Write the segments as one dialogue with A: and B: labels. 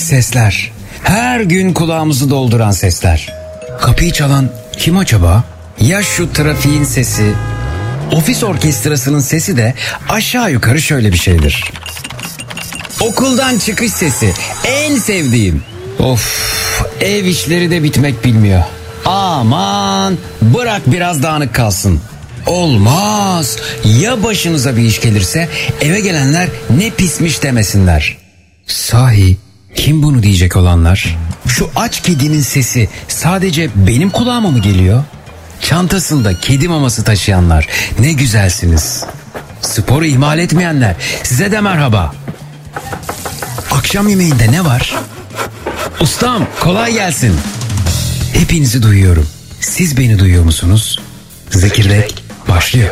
A: sesler. Her gün kulağımızı dolduran sesler. Kapıyı çalan kim acaba? Ya şu trafiğin sesi, ofis orkestrasının sesi de aşağı yukarı şöyle bir şeydir. Okuldan çıkış sesi, en sevdiğim. Of, ev işleri de bitmek bilmiyor. Aman, bırak biraz dağınık kalsın. Olmaz. Ya başınıza bir iş gelirse eve gelenler ne pismiş demesinler. Sahi kim bunu diyecek olanlar? Şu aç kedinin sesi sadece benim kulağıma mı geliyor? Çantasında kedi maması taşıyanlar ne güzelsiniz. Sporu ihmal etmeyenler size de merhaba. Akşam yemeğinde ne var? Ustam kolay gelsin. Hepinizi duyuyorum. Siz beni duyuyor musunuz? Zekirdek başlıyor.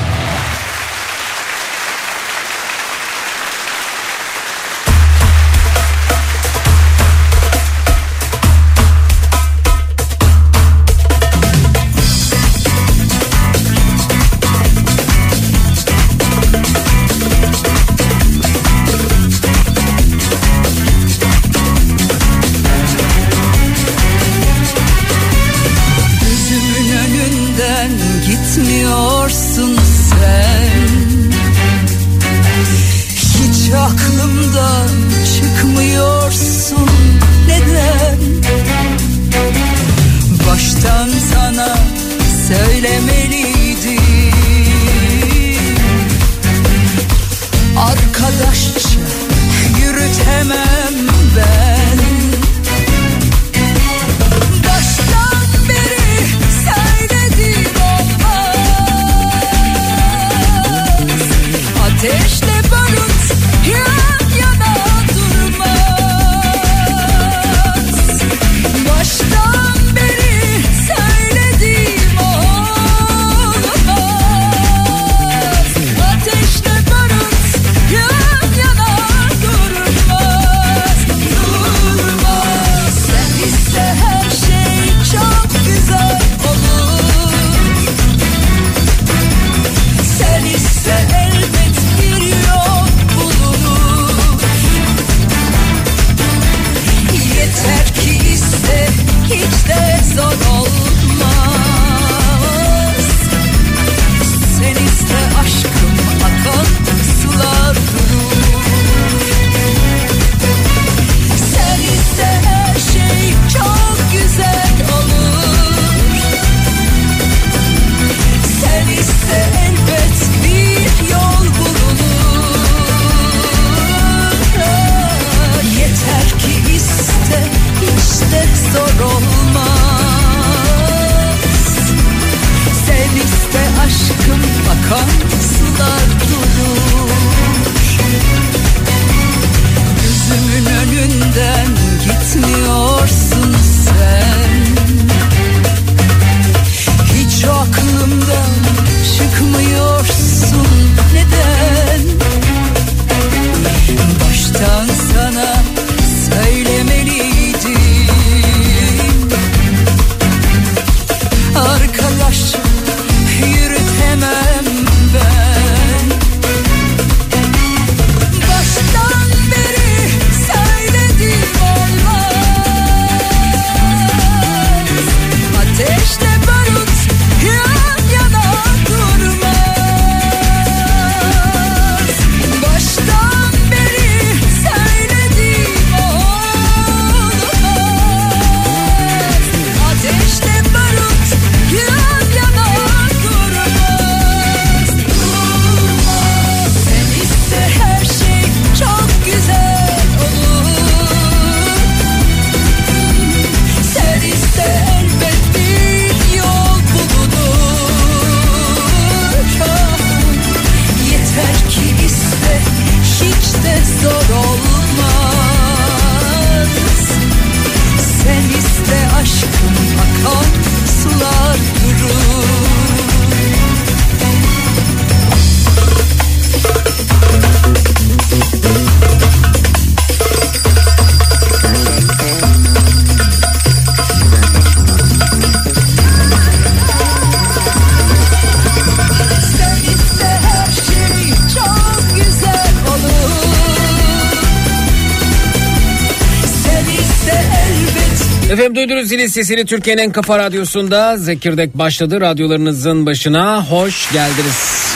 B: Gitmiyorsun sen, hiç aklımdan çıkmıyorsun. Neden? Baştan sana söylemeliydim. Arkadaşça yürütemem ben. Baştan beri söyledim. Ateşle barut yan yana durmaz. Baştan beri söyledim olmaz. Ateşle barut yan yana durmaz. Durmaz. Sen iste her şey çok güzel olur. Sen iste elbet bir yol bulunur. Yeter ki iste, hiç de zor olmaz. Sen iste aşkım, akan sular durur. Sen iste her şey çok güzel olur. Sen iste elbet bir yol bulunur. Yeter ki iste, hiç de zor olmaz. Sen iste aşkım, akan sular durur. Gözümün önünden gitmiyorsun sen, hiç aklımdan çıkmıyorsun. Neden? Baştan sana söylemeliydim. Arkadaş yürütemem ben.
A: Efendim duydunuz zilin sesini Türkiye'nin en kafa radyosunda. Zekirdek başladı. Radyolarınızın başına hoş geldiniz.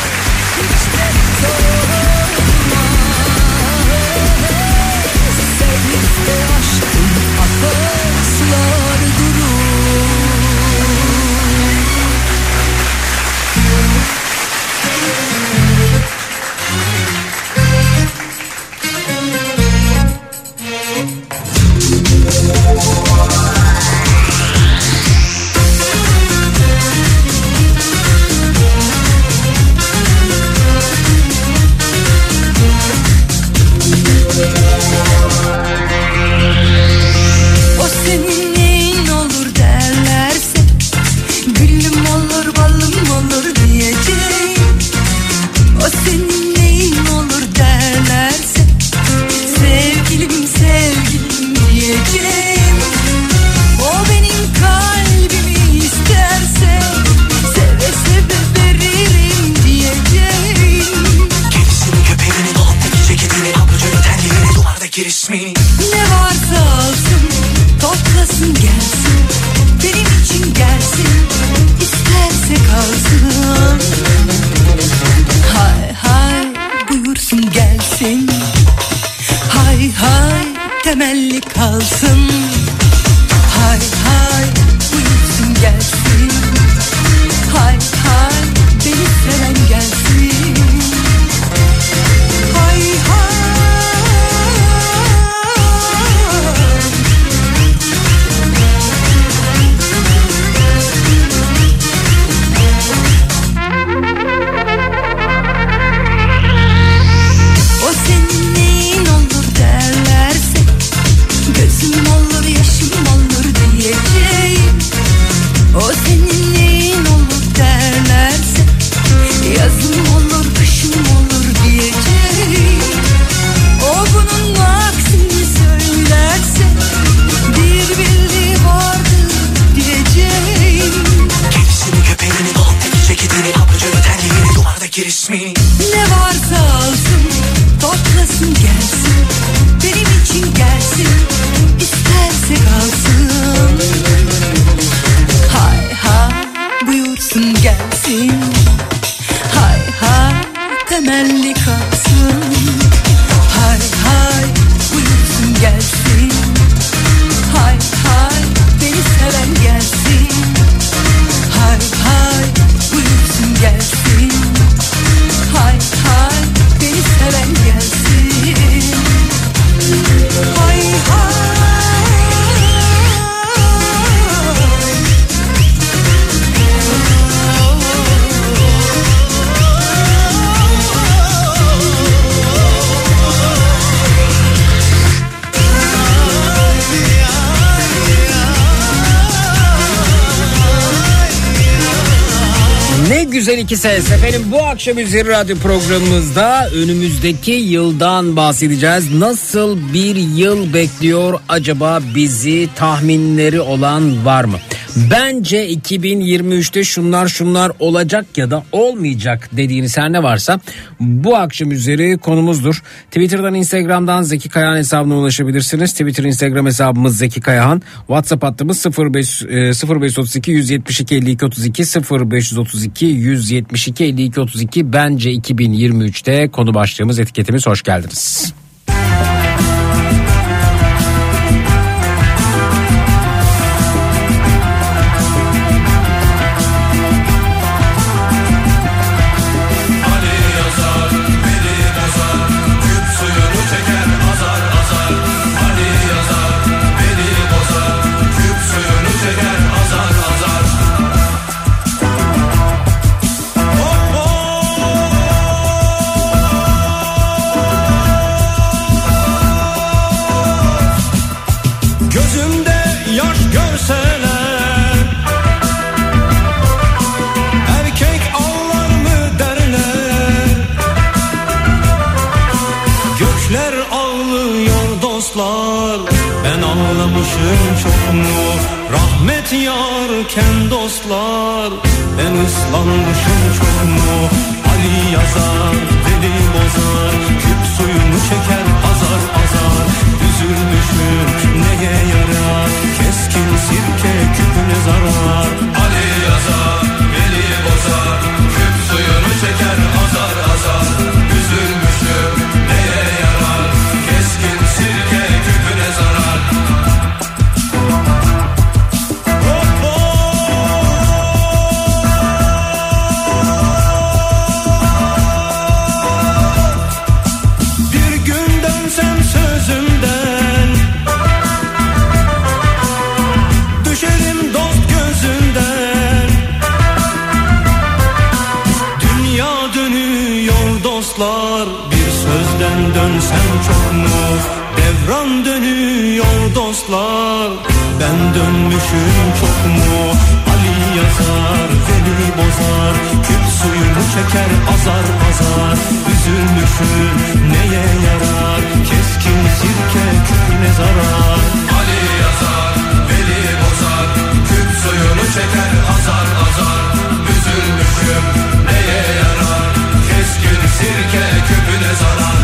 A: Güzel iki ses. Efendim bu akşam üzeri radyo programımızda önümüzdeki yıldan bahsedeceğiz. Nasıl bir yıl bekliyor acaba bizi, tahminleri olan var mı? Bence 2023'te şunlar olacak ya da olmayacak dediğiniz her ne varsa bu akşam üzeri konumuzdur. Twitter'dan, Instagram'dan Zeki Kayahan hesabına ulaşabilirsiniz. Twitter, Instagram hesabımız Zeki Kayahan. WhatsApp hattımız 0532 172 52 32 0532 172 52 32. Bence 2023'te konu başlığımız, etiketimiz. Hoş geldiniz.
C: Çok mu rahmet yarken dostlar, ben ıslanmışım çok mu? Ali yazar, deli bozar, küp suyunu çeker azar azar. Üzülmüşüm neye yarar, kes gözünden, düşerim dost gözünden. Dünya dönüyor dostlar, bir sözden dönsem çok mu? Devran dönüyor dostlar, ben dönmüşüm çok mu? Ali yazar, Veli bozar, küp suyunu çeker azar azar. Üzülmüşüm neye yarar, keskin sirke küpüne zarar. Ali yazar, Veli bozar, küp suyunu çeker azar azar. Üzülmüşüm neye yarar, keskin sirke küpüne zarar.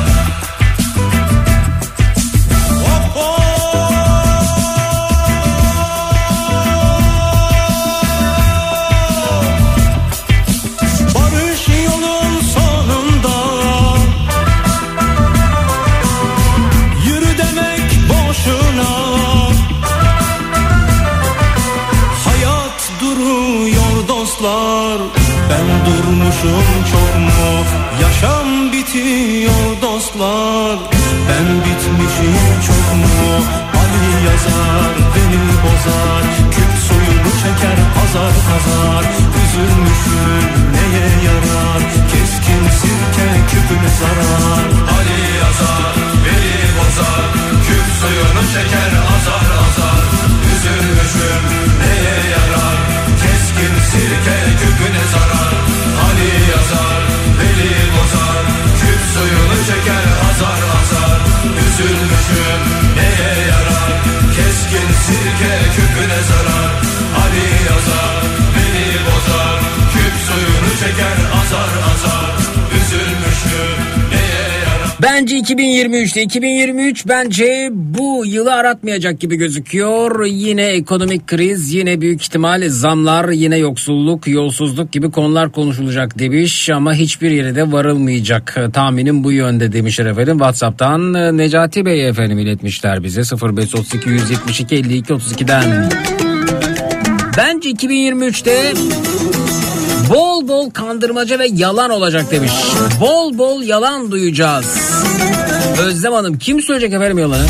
C: Ben durmuşum çok mu? Yaşam bitiyor dostlar, ben bitmişim çok mu? Ali yazar, beni bozar, küp suyunu çeker azar azar. Üzülmüşüm neye yarar, keskin sirke küpüne zarar. Ali yazar, beni bozar, küp suyunu çeker azar azar. Üzülmüşüm neye yarar, keskin sirke küpüne zarar. Ali yazar, Veli bozar, küp suyunu çeker azar azar. Üzülmüşüm neye yarar, keskin sirke küpüne zarar. Ali yazar, Veli bozar, küp suyunu çeker azar azar. Üzülmüşüm neye yarar.
A: Bence 2023 bence bu yılı aratmayacak gibi gözüküyor. Yine ekonomik kriz, yine büyük ihtimal zamlar, yine yoksulluk, yolsuzluk gibi konular konuşulacak demiş ama hiçbir yere de varılmayacak. Tahminim bu yönde demişler efendim. WhatsApp'tan Necati Bey efendim iletmişler bize 0532 172 52 32'den. Bence 2023'te bol bol kandırmaca ve yalan olacak demiş. Bol bol yalan duyacağız. Özlem Hanım, kim söyleyecek efendim yalanı?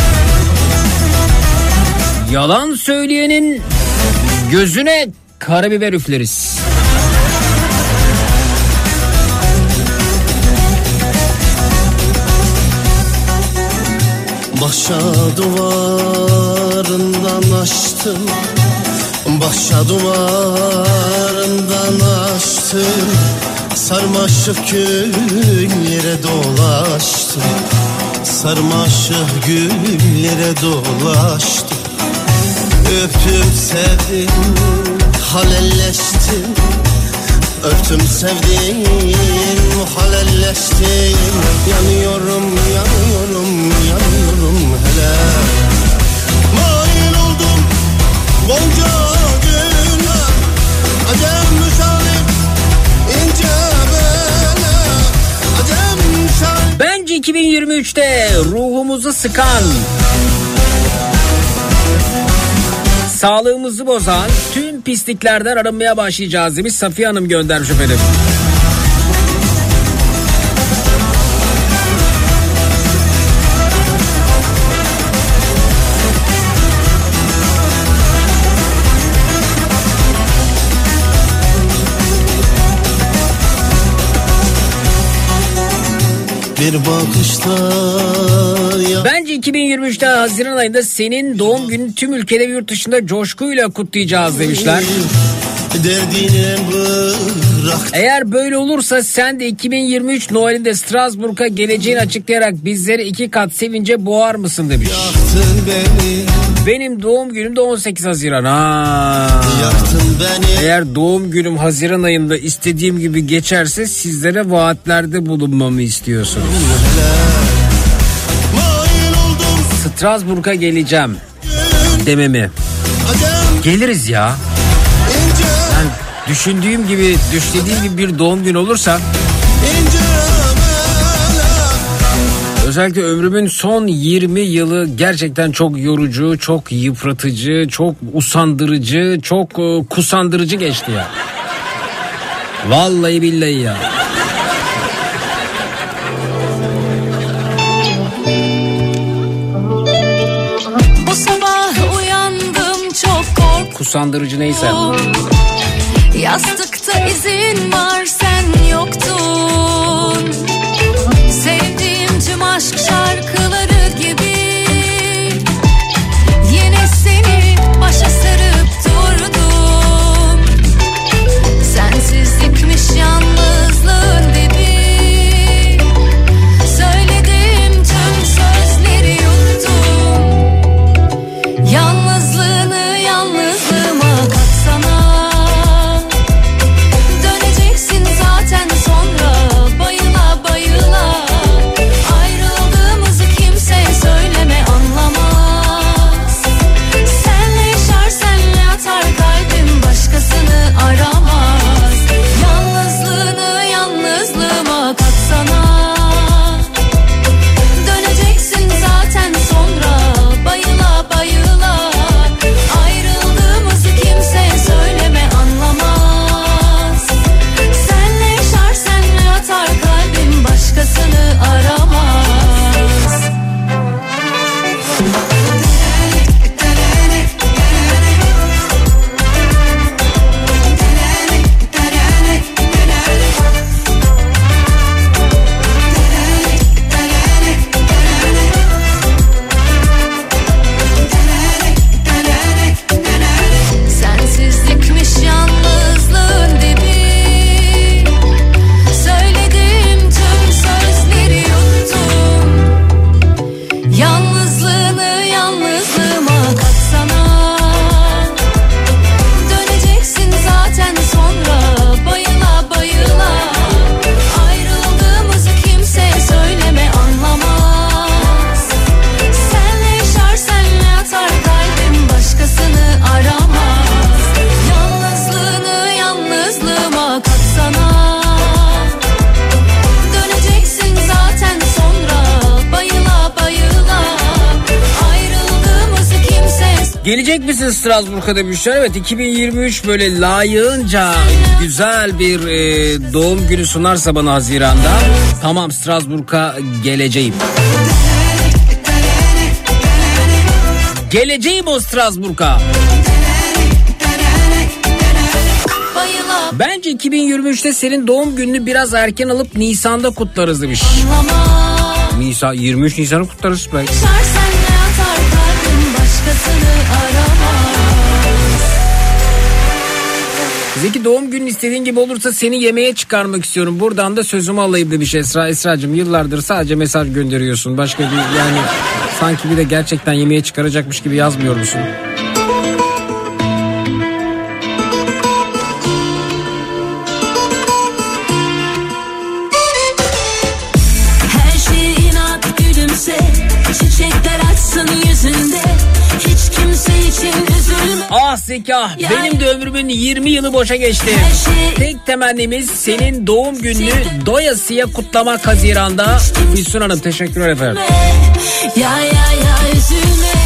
A: Yalan söyleyenin gözüne karabiber üfleriz.
D: Başa duvarından açtım, başa duvarından açtım. Sarmaşık güllere dolaştım, sarmaşık güllere dolaştım. Öptüm sevdim, halelleştim. Öptüm sevdim, halelleştim. Yanıyorum, yanıyorum, yanıyorum hele. Mail oldum Gonca güne, acem müşalim ince bele, acem müşalim.
A: Bence 2023'te ruhumuzu sıkan, sağlığımızı bozan tüm pisliklerden arınmaya başlayacağız demiş Safiye Hanım göndermiş efendim.
D: Bir bakışta ya.
A: Bence 2023'te Haziran ayında senin doğum günün tüm ülkede ve yurt dışında coşkuyla kutlayacağız demişler.
D: Derdini bırak.
A: Eğer böyle olursa sen de 2023 Noel'inde Strasbourg'a geleceğini açıklayarak bizleri 2 kat sevince boğar mısın demiş.
D: Yaktın beni.
A: Benim doğum günüm de 18 Haziran.
D: Yaktın beni.
A: Eğer doğum günüm Haziran ayında istediğim gibi geçerse sizlere vaatlerde bulunmamı istiyorsunuz. Strasbourg'a geleceğim dememi. Geliriz ya. Yani düşündüğüm gibi, düşlediğim gibi bir doğum günü olursa, özellikle ömrümün son 20 yılı gerçekten çok yorucu, çok yıpratıcı, çok usandırıcı, çok kusandırıcı geçti ya. Vallahi billahi ya. kusandırıcı neyse.
B: Yastıkta izin var, sen yoktun. Sevdiğim tüm aşk şarkıları gibi yine seni başa sarıp durdum. Sensizlikmiş yalnızlığın dibi. Söylediğim tüm sözleri yuttum. Yalnızlığını yalnızlığıma katsana. Döneceksin zaten sonra bayıla bayıla. Ayrıldığımızı kimseye söyleme, anlamaz. Senle yaşar senle atar kalbim, başkasını aramaz. Yalnızlığını yalnızlığıma katsana. Döneceksin zaten sonra bayıla bayıla. Ayrıldığımızı kimseye söyleme, anlamaz. Senle yaşar senle atar kalbim, başkasını aramaz. Sensizlikmiş yalnızlığın dibi. Söylediğim tüm sözleri yuttum. Yalnızlığını yalnızlığıma katsana. Döneceksin zaten sonra bayıla bayıla. Ayrıldığımızı kimseye söyleme, anlamaz. Senle yaşar senle atar kalbim, başkasını aramaz. Yalnızlığını yalnızlığıma katsana. Döneceksin zaten sonra bayıla bayıla. Ayrıldığımızı kimseye
A: Gelecek misin Strasbourg'a demişler. Evet, 2023 böyle layığınca güzel bir doğum günü sunarsa bana Haziran'da, tamam Strasbourg'a geleceğim. Geleceğim o Strasbourg'a.
B: bayıla
A: Bence 2023'te senin doğum gününü biraz erken alıp Nisan'da kutlarız demiş.
B: anlamaz.
A: 23 Nisan'ı kutlarız belki.
B: Yaşar senle atar kalbim, başkasını aramaz.
A: Zeki, doğum günün istediğin gibi olursa seni yemeğe çıkarmak istiyorum. Buradan da sözümü alayım demiş Esra. Esra'cığım, yıllardır sadece mesaj gönderiyorsun. Başka bir yani sanki bir de gerçekten yemeğe çıkaracakmış gibi yazmıyor musun?
B: Her şey inat gülümse, çiçekler açsın yüzünde. Hiç kimse için üzülme.
A: Ah Zeki, ah, benim de ömrümün 20 yılı boşa geçti. Tek temennimiz senin doğum gününü doyasıya kutlamak Haziran'da. Gülsün Hanım, teşekkürler efendim.
B: Ya üzülme.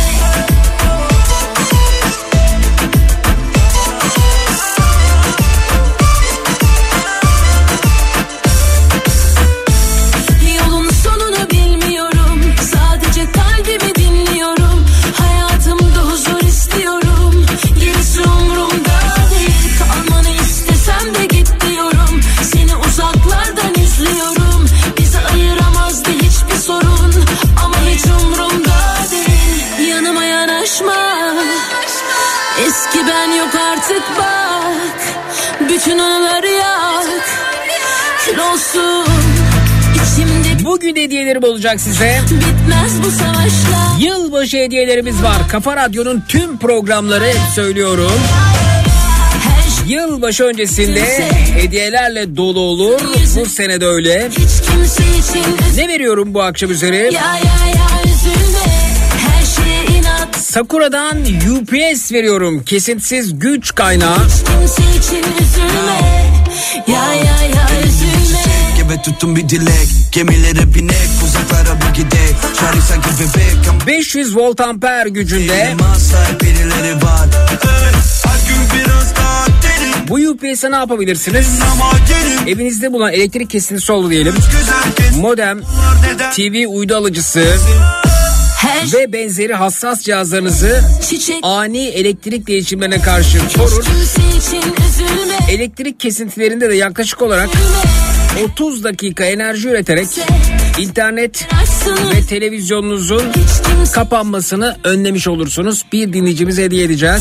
B: Yolun sonunu bilmiyorum, sadece kalbimi dinliyorum. Hayatımda huzur istiyorum, gerisi umurumda değil. Kalmanı istesem de git diyorum, seni uzaklardan izliyorum. Bizi ayıramazdı hiçbir sorun, ama hiç umurumda değil. Yanıma yanaşma, eski ben yok artık bak. Bütün anıları yak, kül olsun içimde.
A: Bugün hediyelerim olacak size.
B: Bitmez bu savaşlar.
A: Yılbaşı hediyelerimiz var. Kafa Radyo'nun tüm programları, hep söylüyorum,
B: Her şey
A: yılbaşı öncesinde hediyelerle dolu olur. Bu sene de öyle.
B: hiç kimse için
A: Ne veriyorum bu akşam üzeri?
B: ya üzülme. Her şeye inat.
A: Sakura'dan UPS veriyorum. Kesintisiz güç kaynağı.
B: Hiç kimse için üzülme. Ya üzülme.
E: Gibi tuttum bir dilek, gemilere binek, uzaklara bir gidek. Şarkı sanki bebek ama
A: 500 volt amper gücünde.
E: sahip birileri var. Her gün biraz daha derin
A: Bu UPS'e ne yapabilirsiniz?
E: ama gelin.
A: Evinizde bulunan elektrik kesintisi oldu diyelim.
E: Güzel kez
A: Modem, TV uydu alıcısı,
B: Her
A: ve benzeri hassas cihazlarınızı ani elektrik değişimlerine karşı korur. Elektrik kesintilerinde de yaklaşık olarak 30 dakika enerji üreterek internet ve televizyonunuzun kapanmasını önlemiş olursunuz. Bir dinleyicimize hediye edeceğiz.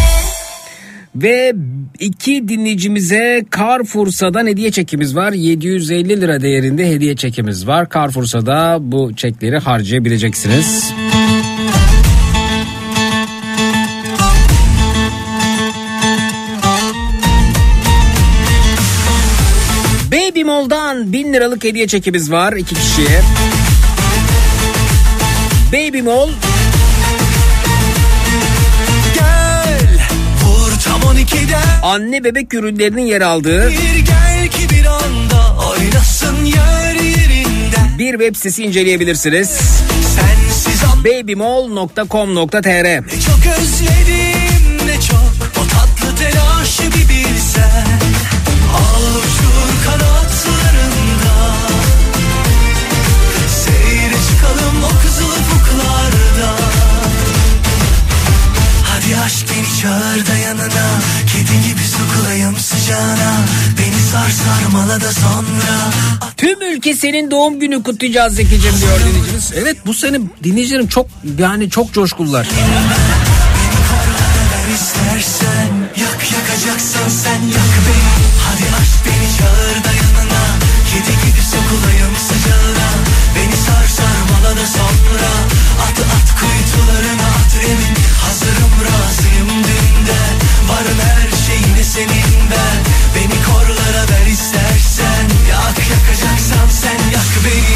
A: Ve 2 dinleyicimize Carrefour'dan hediye çekimiz var. 750 lira değerinde hediye çekimiz var. Carrefour'da bu çekleri harcayabileceksiniz. Baby Mall'dan 1000 liralık hediye çekimiz var 2 kişiye. Baby Mall anne bebek ürünlerinin yer aldığı bir web sitesi inceleyebilirsiniz. babymall.com.tr.
C: Çok özledim ne çok o tatlı telaşı bir bilsen. Al uçur kanatlarında, seyre çıkalım o kızıl ufuklarda. Hadi aşk beni çağır da yanına, kedi gibi sokulayım sıcağına. Beni sar sarmala da sonra.
A: Tüm ülke senin doğum günü kutlayacağız Zeki'cim diyor dinleyicimiz. Evet, bu sene dinleyicilerim çok çok coşkullar.
C: İstersen yak yakacaksan sen yak beni. Hadi aşk beni çağır da yanına, kedi gibi sokulayım sıcağına. Beni sar sarmala da sonra. At at kuytularına at emin. Hazırım razıyım dünden. Varım her şeyine senin ben. Beni korlara ver istersen. Yak yakacaksan sen yak beni.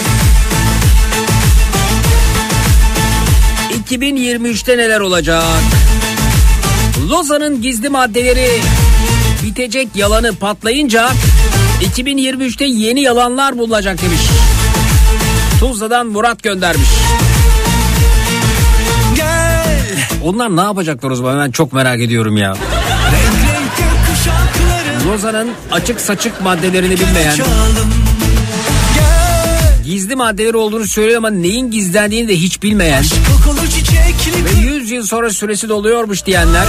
A: 2023'te neler olacak? Lozan'ın gizli maddeleri bitecek yalanı patlayınca 2023'te yeni yalanlar bulunacak demiş. Tuzla'dan Murat göndermiş.
C: Gel.
A: Onlar ne yapacaklar o zaman, ben çok merak ediyorum ya. Lozan'ın açık saçık maddelerini bilmeyen, gizli maddeleri olduğunu söylüyor ama neyin gizlendiğini de hiç bilmeyen ve 100 yıl sonra süresi doluyormuş diyenler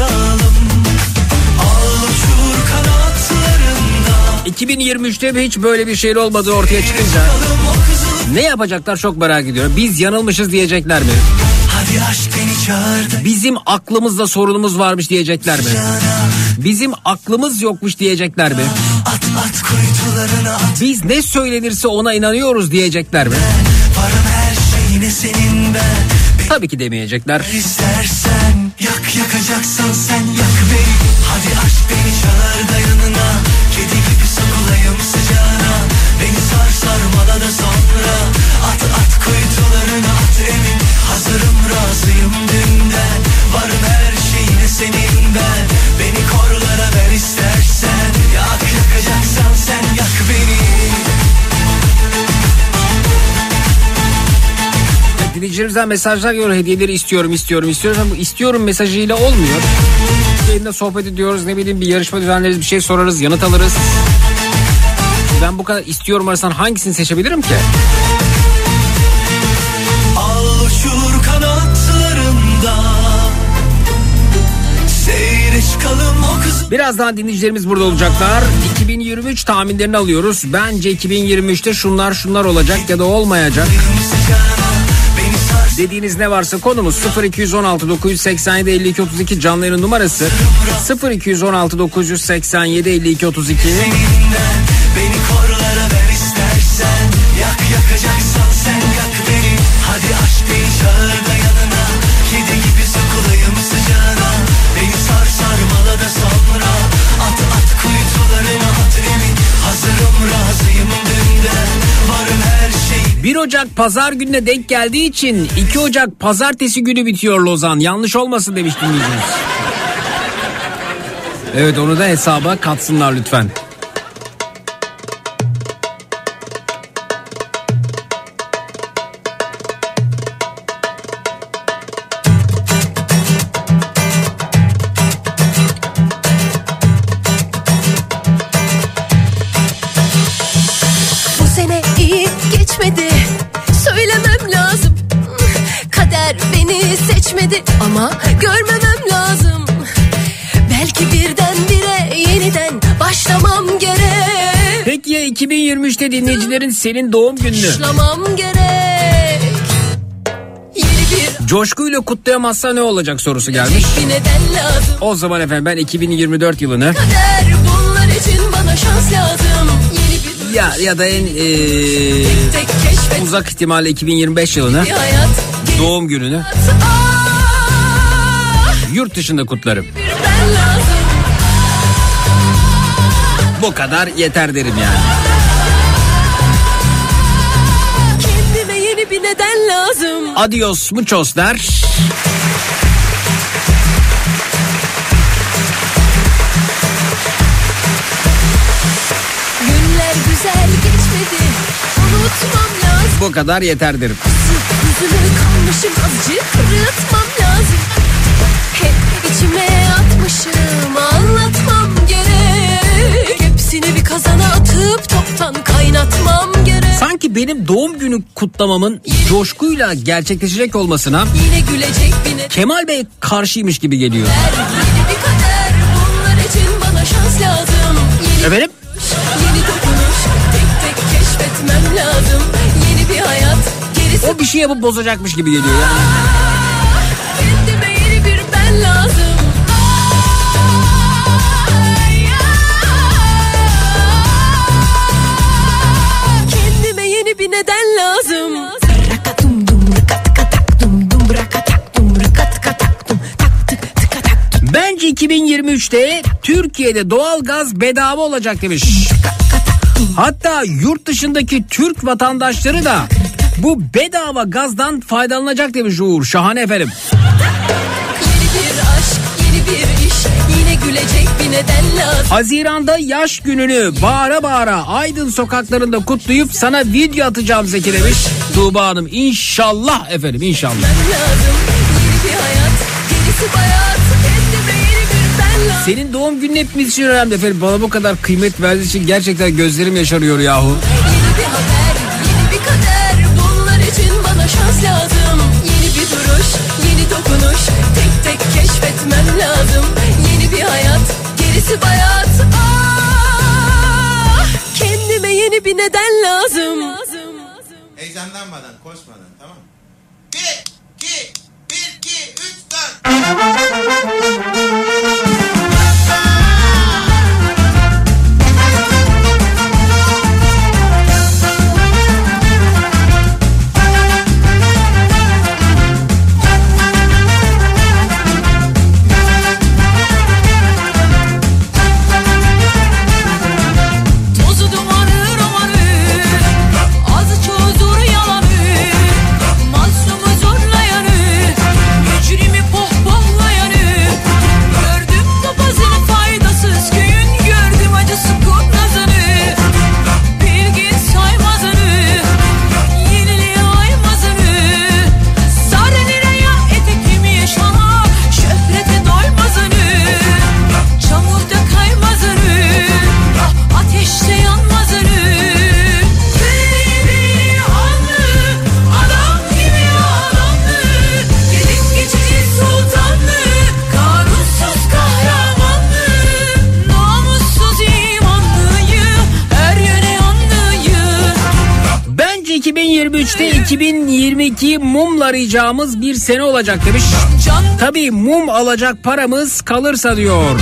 A: 2023'te hiç böyle bir şey olmadığı ortaya çıkınca ne yapacaklar çok merak ediyorum. Biz yanılmışız diyecekler mi? Bizim aklımızda sorunumuz varmış diyecekler mi? Bizim aklımız yokmuş diyecekler mi? Biz ne söylenirse ona inanıyoruz diyecekler mi? Tabii ki demeyecekler.
C: İstersen yak yakacaksan sen yak beni. Hadi aşk beni çağır da yanına, kedi gibi sokulayım sıcağına. Beni sar sarmala da sonra. At at kuytularına at emin. Hazırım razıyım dünden. Varım her şeyine senin ben. Beni korlara ver istersen. Yak yakacaksan sen yak beni.
A: Dinleyicilerimizden mesajlar geliyor, hediyeleri istiyorum. Ama istiyorum mesajıyla olmuyor. Yayında sohbet ediyoruz, ne bileyim bir yarışma düzenleriz, bir şey sorarız, yanıt alırız. Ben bu kadar istiyorum arasından hangisini seçebilirim ki?
C: Al uçur kanatlarında, seyre çıkalım o kız.
A: Birazdan dinleyicilerimiz burada olacaklar. 2023 tahminlerini alıyoruz. Bence 2023'te şunlar olacak ya da olmayacak dediğiniz ne varsa konumuz 0216 987 52 32 canlı yayın numarası 0216 987 52 32.
C: Beni korlara ver istersen, yak yakacaksan sen yak beni. Hadi aşk beni çağır da yanına, kedi gibi sokulayım sıcağına. Beni sar sarmala da sonra. At at kuytularına at emin. Hazırım razıyım dünden. Varım her şey.
A: 1 Ocak pazar gününe denk geldiği için 2 Ocak pazartesi günü bitiyor Lozan. Yanlış olmasın demiş dinleyicimiz. Evet, onu da hesaba katsınlar lütfen.
B: Bu sene iyi geçmedi, söylemem lazım. geçmedi ama görmemem lazım. Belki birdenbire yeniden başlamam gerek.
A: Peki ya 2023'te dinleyicilerin senin doğum gününü
B: Başlamam gerek. Yeni bir
A: coşkuyla kutlayamazsa ne olacak sorusu gelmiş.
B: bir neden lazım.
A: O zaman efendim ben 2024 yılını
B: Kader bunlar için bana şans lazım. Yeni bir
A: ya da en
B: tek keşfet
A: uzak ihtimalle 2025 yılını
B: bir hayat.
A: doğum gününü yurt dışında kutlarım.
B: Bir ben lazım.
A: Bu kadar yeter derim yani.
B: Kendime yeni bir neden lazım.
A: Adios muchos der.
B: Günler güzel geçmedi. Unutmam lazım.
A: Bu kadar yeter derim.
B: Yüzünü kalmışım azıcık kırıtmam lazım. Hep içime atmışım anlatmam gerek. Hepsini bir kazana atıp toptan kaynatmam gerek.
A: Sanki benim doğum günü kutlamamın coşkuyla gerçekleşecek olmasına
B: Yine gülecek bir neden.
A: Kemal Bey karşıymış gibi geliyor.
B: Yeni bir kader bunlar için bana şans lazım. Yeni
A: Efendim?
B: Yeni dokunuş tek tek keşfetmem lazım. Yeni bir hayat gerisi.
A: O bir şey yapıp bozacakmış gibi geliyor yani.
B: Kendime yeni bir ben lazım. Kendime yeni bir neden lazım.
A: Bence 2023'te Türkiye'de doğalgaz bedava olacak demiş. Hatta yurt dışındaki Türk vatandaşları da bu bedava gazdan faydalanacak demiş Uğur. Şahane efendim.
B: Yeni bir aşk, yeni bir iş, yine gülecek bir neden lazım.
A: Haziran'da yaş gününü bağıra bağıra Aydın sokaklarında kutlayıp sana video atacağım Zeki demiş. Tuğba Hanım inşallah efendim inşallah.
B: Lazım. Yeni bir hayat, gerisi bayat. Kendime yeni bir ben lazım.
A: Senin doğum günün hepimiz için önemli efendim. Bana bu kadar kıymet verdiği için gerçekten gözlerim yaşarıyor yahu.
B: Yeni bir haber, yeni bir kader. Bunlar için bana şans lazım. Yeni bir duruş, yeni dokunuş. Tek tek keşfetmem lazım. Yeni bir hayat, gerisi bayat. Kendime yeni bir neden lazım.
F: Heyecanlanmadan, koşmadan, tamam mı? 1, 2, 3, 4.
B: Tozu dumanı romanı, azı çoğudur yalanı, mazlumu zorlayanı, mücrimi pohpohlayanı. Gördüm papazın faydasız köyün, gördüm acısı kurnazını, bilgin saymazını, yeniliğe aymazını. Sarı liraya etekimi yaşama, şöhrete doymazını, çamurda kaymazını, ateşte yanmazını. Beni anlı, adam gibi adamlı, gelip geçici sultanlı, kanunsuz kahramanlı, namussuz imanlıyı, her yöne yanlıyı.
A: Bence 2023'te 2022'yi mumla arayacağımız bir sene olacak demiş.
B: Can
A: Tabii mum alacak paramız kalırsa diyor.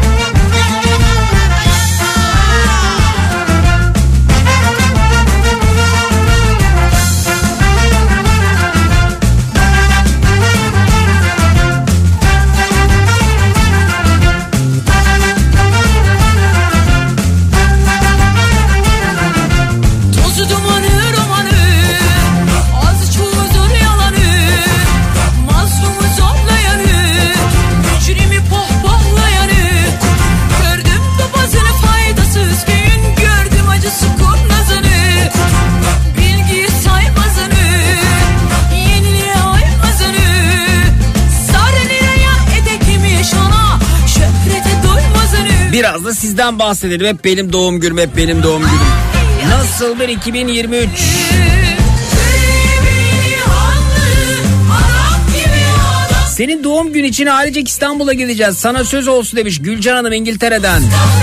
B: tozu dumanı romanı, azı çoğudur yalanı, mazlumu zorlayanı, mücrimi pohpohlayanı. Gördüm papazını faydasız gün, gördüm acısı kurnazını, bilgiyi saymazını, yeniliğe aymazını. Sarı liraya edekimi yaşana, şöhrete doymazını.
A: Biraz da sizden bahsedelim. Hep benim doğum günüm, hep benim doğum günüm. Nasıl bir 2023?
B: Beni anlı, adam gibi adam.
A: Senin doğum günü için ailecek İstanbul'a gideceğiz. Sana söz olsun demiş Gülcan Hanım İngiltere'den.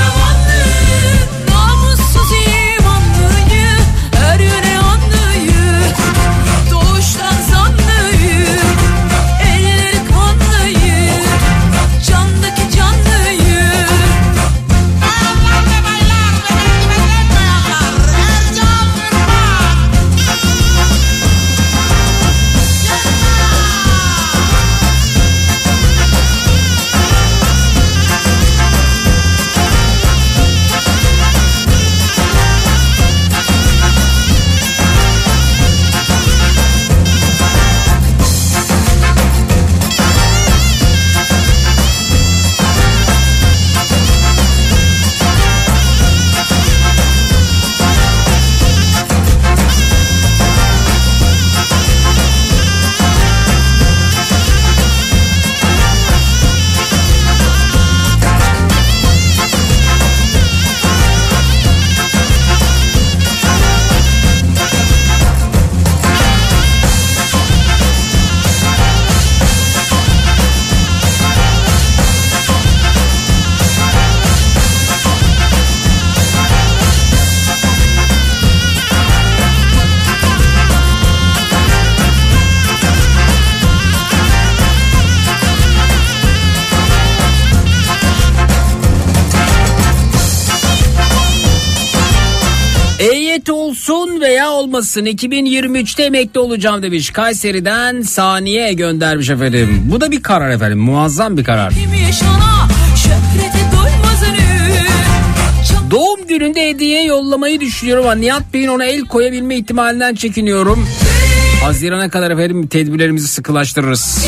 B: Namussuz imanlıyı, her yöne anlıyı, doğuştan zanlıyı, elleri kanlıyı, candaki canlıyı.
A: Ehliyet olsun veya olmasın 2023'te emekli olacağım demiş. Kayseri'den Saniye göndermiş efendim. Bu da bir karar efendim. Muazzam bir karar. Doğum gününde hediye yollamayı düşünüyorum ama Nihat Bey'in ona el koyabilme ihtimalinden çekiniyorum. Haziran'a kadar efendim tedbirlerimizi sıkılaştırırız.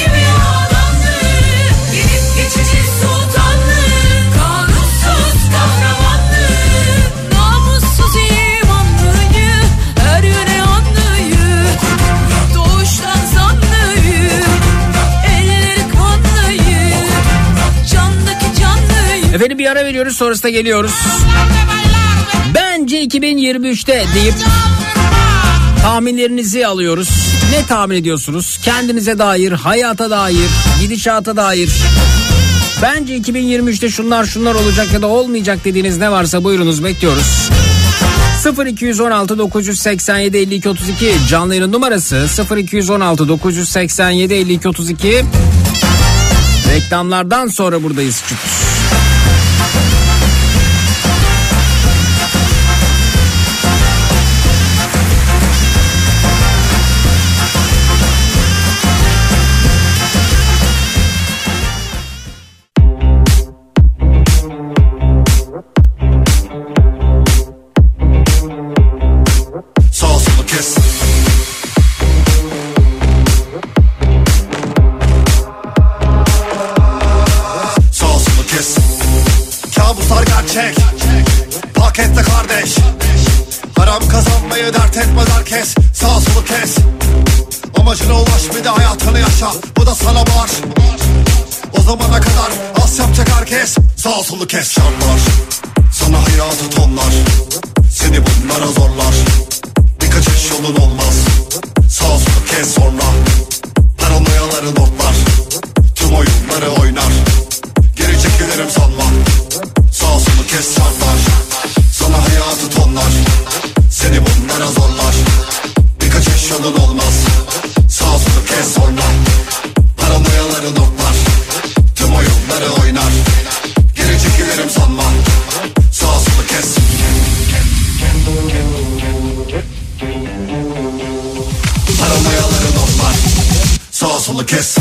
A: Efendim bir ara veriyoruz, sonrasında geliyoruz. Bence 2023'te deyip tahminlerinizi alıyoruz. Ne tahmin ediyorsunuz? Kendinize dair, hayata dair, gidişata dair. Bence 2023'te şunlar olacak ya da olmayacak dediğiniz ne varsa buyurunuz, bekliyoruz. 0216 987 52 32 canlı yayın numarası 0216 987 52 32. Reklamlardan sonra buradayız çünkü.
G: Pakette kardeş, haram kazanmayı dert etmez herkes. Sağ solu kes, amacına ulaş, bir de hayatını yaşa. Bu da sana var. O zamana kadar az yapacak herkes. Sağ solu kes. Şartlar sana hayatı tonlar, seni bunlara zorlar. Bir kaçış yolun olmaz. Sağ solu kes sonra paranoyaları notlar, tüm oyunları oynar. Geri çekilirim sanma. Sağ solu kes şartlar sana hayatı tonlar, seni bunlara zorlar. Bir kaçış yolun olmaz. Sağ solu kes sonra paranoyaları notlar, tüm oyunları oynar. Geri çekilirim sanma. Sağ solu kes. Paranoyaları notlar, sağ solu kes.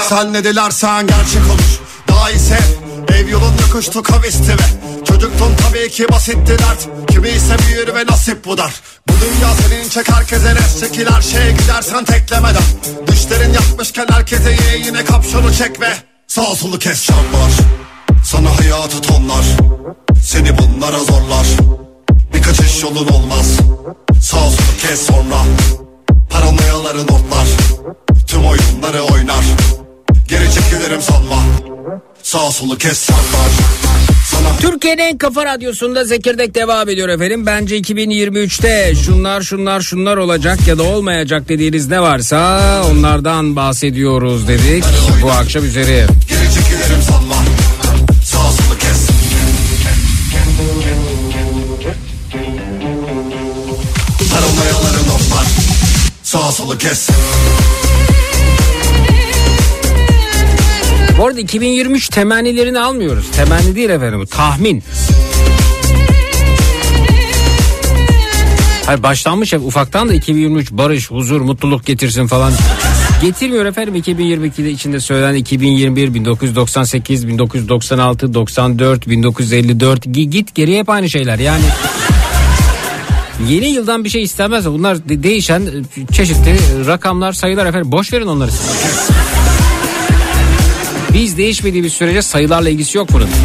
G: Sen ne dilersen gerçek olur. Daha ise ev yolun yokuştu kavisti ve çocuktun tabii ki basitti dert. Kimi ise büyür ve nasip bu der. Bu dünya senin çek herkese res çekil her şeye gidersen teklemeden. Düşlerin yapmışken herkese ye yine kapşonu çek ve sağ solu kes. Şartlar sana hayatı tonlar, seni bunlara zorlar. Bir kaçış yolun olmaz, sağ solu kes sonra. Paranoyaları notlar, tüm oyunları oynar. Geri çekilirim sanma, sağ solu kes şartlar.
A: Türkiye'nin en kafa radyosunda Zekirdek devam ediyor efendim. Bence 2023'te şunlar olacak ya da olmayacak dediğiniz ne varsa onlardan bahsediyoruz dedik bu akşam üzeri.
G: Geri çekilirim sanma, sağ solu kes. Paranoyaları notlar, sağ solu kes.
A: Bu arada 2023 temennilerini almıyoruz. Temenni değil efendim, bu tahmin. Hayır, başlanmış ya ufaktan da 2023 barış, huzur, mutluluk getirsin falan. Getirmiyor efendim. 2022'de içinde söylenen 2021, 1998, 1996, 94, 1954 git geriye hep aynı şeyler. Yani yeni yıldan bir şey istemez. Bunlar değişen çeşitli rakamlar, sayılar efendim. Boş verin onları siz. Biz değişmediğimiz sürece sayılarla ilgisi yok bunun.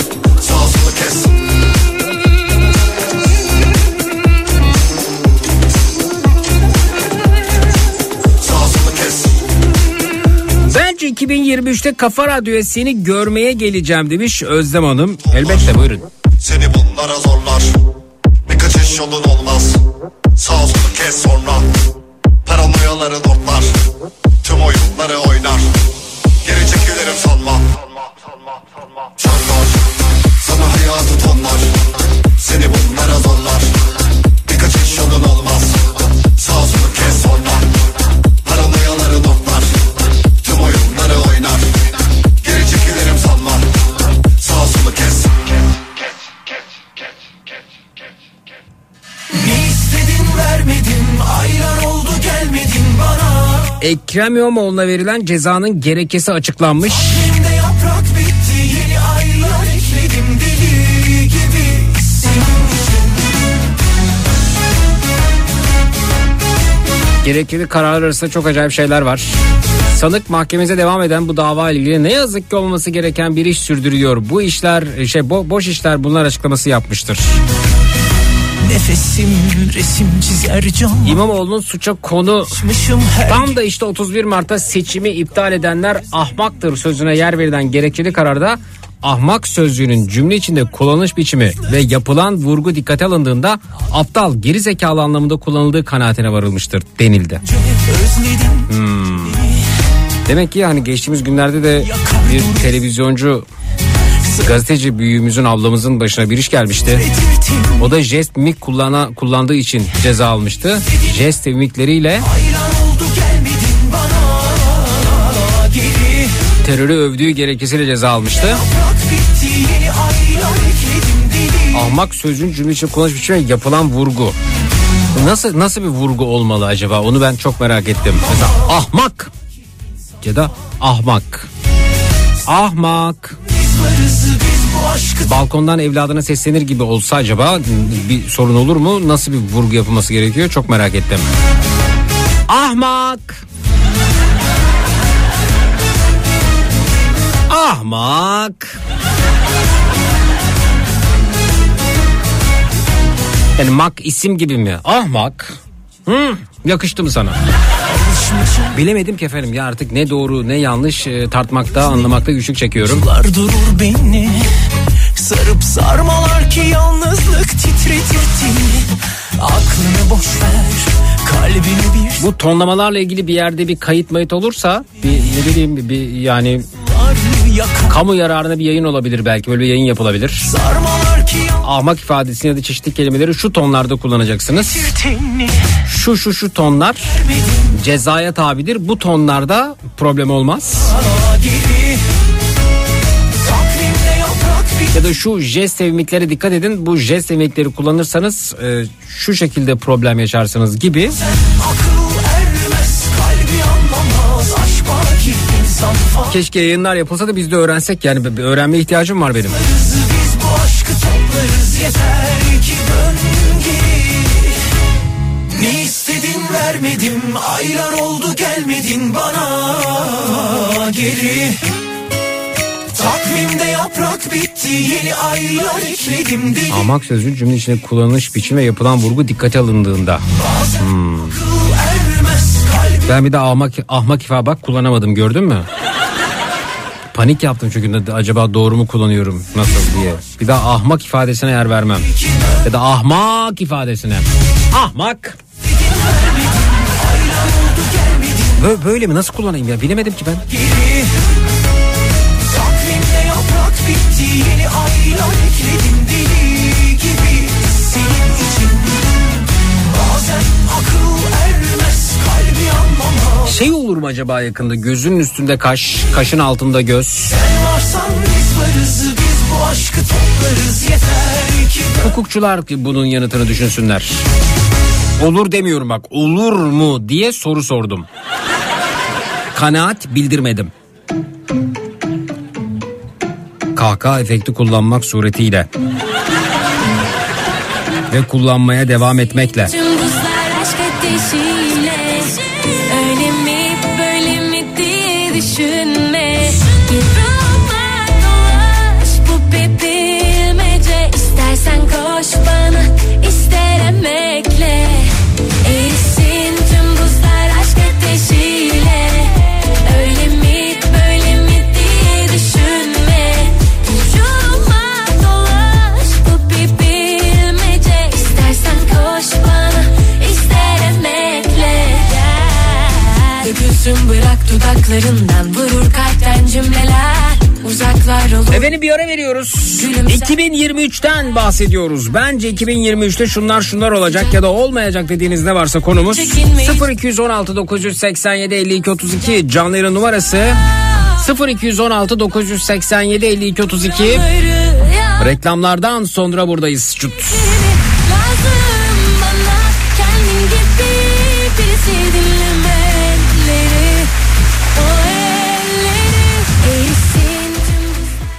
A: Bence 2023'te Kafa Radyo'ya seni görmeye geleceğim demiş Özlem Hanım. Elbette, buyurun.
G: Seni bunlara zorlar, bir kaçış yolun olmaz. Sağ solu kes sonra. Paranoyaları notlar, tüm oyunları oynar. Geri çekilirim sanma. Çarpar sana hayatı tonlar, seni bunlara zorlar. Bir kaçış yolun olmaz, sağ solu kes sonra. Paranoyaları notlar, tüm oyunları oynar. Geri çekilirim sanma, sağ solu kes.
C: Ne istedin vermedin, aylar oldu gelmedin bana.
A: Ekrem İmamoğlu'na verilen cezanın gerekçesi açıklanmış.
C: Elimde yaprak bitti, yeni aylar ekledim deli gibi senin için.
A: Gerekli kararlar arasında çok acayip şeyler var. Sanık mahkemede devam eden bu dava ile ilgili ne yazık ki olması gereken bir iş sürdürüyor. Bu işler boş işler, bunlar açıklaması yapmıştır.
C: Nefesim resim çizer cam.
A: İmamoğlu'nun suça konu tam da işte 31 Mart'ta seçimi iptal edenler ahmaktır sözüne yer verilen gerekçeli kararda ahmak sözcüğünün cümle içinde kullanış biçimi ve yapılan vurgu dikkate alındığında aptal, geri zekalı anlamında kullanıldığı kanaatine varılmıştır denildi. Demek ki yani geçtiğimiz günlerde de bir televizyoncu, gazeteci büyüğümüzün, ablamızın başına bir iş gelmişti. O da jest mimik kullandığı için ceza almıştı. Jest mimikleriyle terörü övdüğü gerekçesiyle ceza almıştı. Ahmak sözcüğün cümle için kullanış biçimi, yapılan vurgu. Nasıl bir vurgu olmalı acaba? Onu ben çok merak ettim. Mesela ahmak ya da ahmak. Ahmak. Balkondan evladına seslenir gibi olsa acaba bir sorun olur mu? Nasıl bir vurgu yapılması gerekiyor? Çok merak ettim. Ahmak. Ahmak. Yani mak isim gibi mi? Ahmak. Yakıştı mı sana? Bilemedim ki efendim ya, artık ne doğru ne yanlış tartmakta, anlamakta güçlük çekiyorum.
C: Durur beni, sarıp sarmalar ki yalnızlık titretirdi. Aklını boş ver, kalbini bir...
A: Bu tonlamalarla ilgili bir yerde bir kayıt mayıt olursa ne bileyim bir yani kamu yararına bir yayın olabilir, belki böyle bir yayın yapılabilir. Ahmak ifadesini ya da çeşitli kelimeleri şu tonlarda kullanacaksınız. Şu tonlar cezaya tabidir. Bu tonlarda problem olmaz. Ya da şu jest mimiklere dikkat edin. Bu jest mimikleri kullanırsanız şu şekilde problem yaşarsınız gibi. Keşke yayınlar yapılsa da biz de öğrensek, yani öğrenme ihtiyacım var benim.
C: Biz bu aşkı toplarız, yeter ki dön geri. Ne istedin vermedim, aylar oldu gelmedin bana geri. Takvimde yaprak bitti, yeni aylar ekledim deli.
A: Ahmak sözcüğü cümle içinde kullanılış biçimi ve yapılan vurgu dikkate alındığında. Ben bir de ahmak ifade bak kullanamadım, gördün mü? Panik yaptım çünkü acaba doğru mu kullanıyorum, nasıl diye. Bir daha ahmak ifadesine yer vermem. Ya da ahmak ifadesine. Ahmak. Böyle mi, nasıl kullanayım ya, bilemedim ki ben.
C: Takvimde yaprak bitti, yeni aylar ekledim deli gibi senin için. Bazen akıl ermez, kalbi anlamaz.
A: Şey olur mu acaba yakında, gözünün üstünde kaş, kaşın altında göz.
C: Sen varsan biz varız, biz bu aşkı toplarız, yeter ki.
A: Hukukçular bunun yanıtını düşünsünler. Olur demiyorum bak, olur mu diye soru sordum. Kanaat bildirmedim. Kahkaha efekti kullanmak suretiyle ve kullanmaya devam etmekle.
B: Tüm buzlar aşk ateşiyle, öyle mi böyle mi diye düşünme. Yorulma dolaş bu bir bilmece, istersen koş bana, ister emekle. Erisin tüm buzlar aşk ateşiyle, öyle mi böyle mi diye düşünme. Yorulma dolaş bu bir bilmece, istersen koş bana, ister emekle. Dökülsün bırak dudaklarından, vurur kalpten cümleler, uzaklar olur.
A: Efendim bir ara veriyoruz. 2023'ten bahsediyoruz. Bence 2023'te şunlar olacak ya da olmayacak dediğiniz ne varsa konumuz 0216 987 52 32 canlı yayın numarası 0216 987 52 32. Reklamlardan sonra buradayız. Çut.
B: Lazım bana kendin gibi birisi, dinlemeleri, o elleri erisin tüm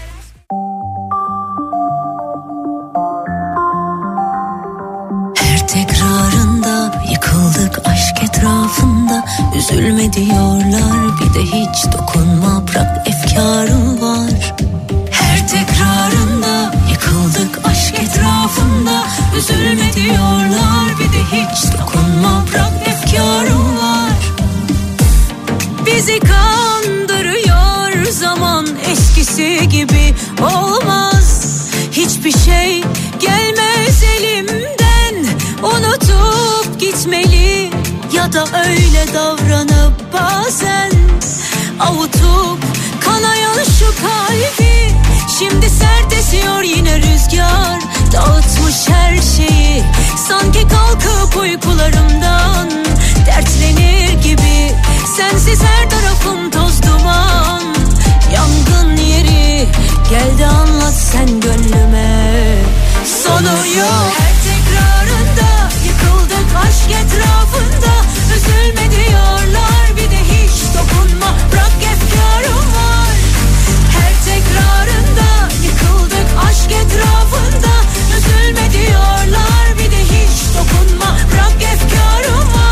H: Her tekrarında yıkıldık aşk etrafında, üzülme diyorlar bir de hiç dokunma, bırak efkarım var. Her tekrarında yıkıldık aşk etrafında, üzülme diyorlar bir de hiç dokunma, bırak efkarım var. Bizi kandırıyor zaman, eskisi gibi olmaz. Hiçbir şey gelmez elimden, unutup gitmeli ya da öyle davranıp bazen avutup kanayan şu kalbi. Şimdi sert esiyor yine rüzgar, dağıtmış her şeyi, sanki kalkıp uykularımdan dertlenir gibi. Sensiz her tarafım toz duman, yangın yeri, gel de anlat sen gönlüme. Sonu yok. Her tekrarında yıkıldık aşk etrafında, üzülme diyorlar bir de hiç dokunma, bırak efkarım var. Her tekrarında yıkıldık aşk etrafında, üzülme diyorlar bir de hiç dokunma, bırak efkarım var.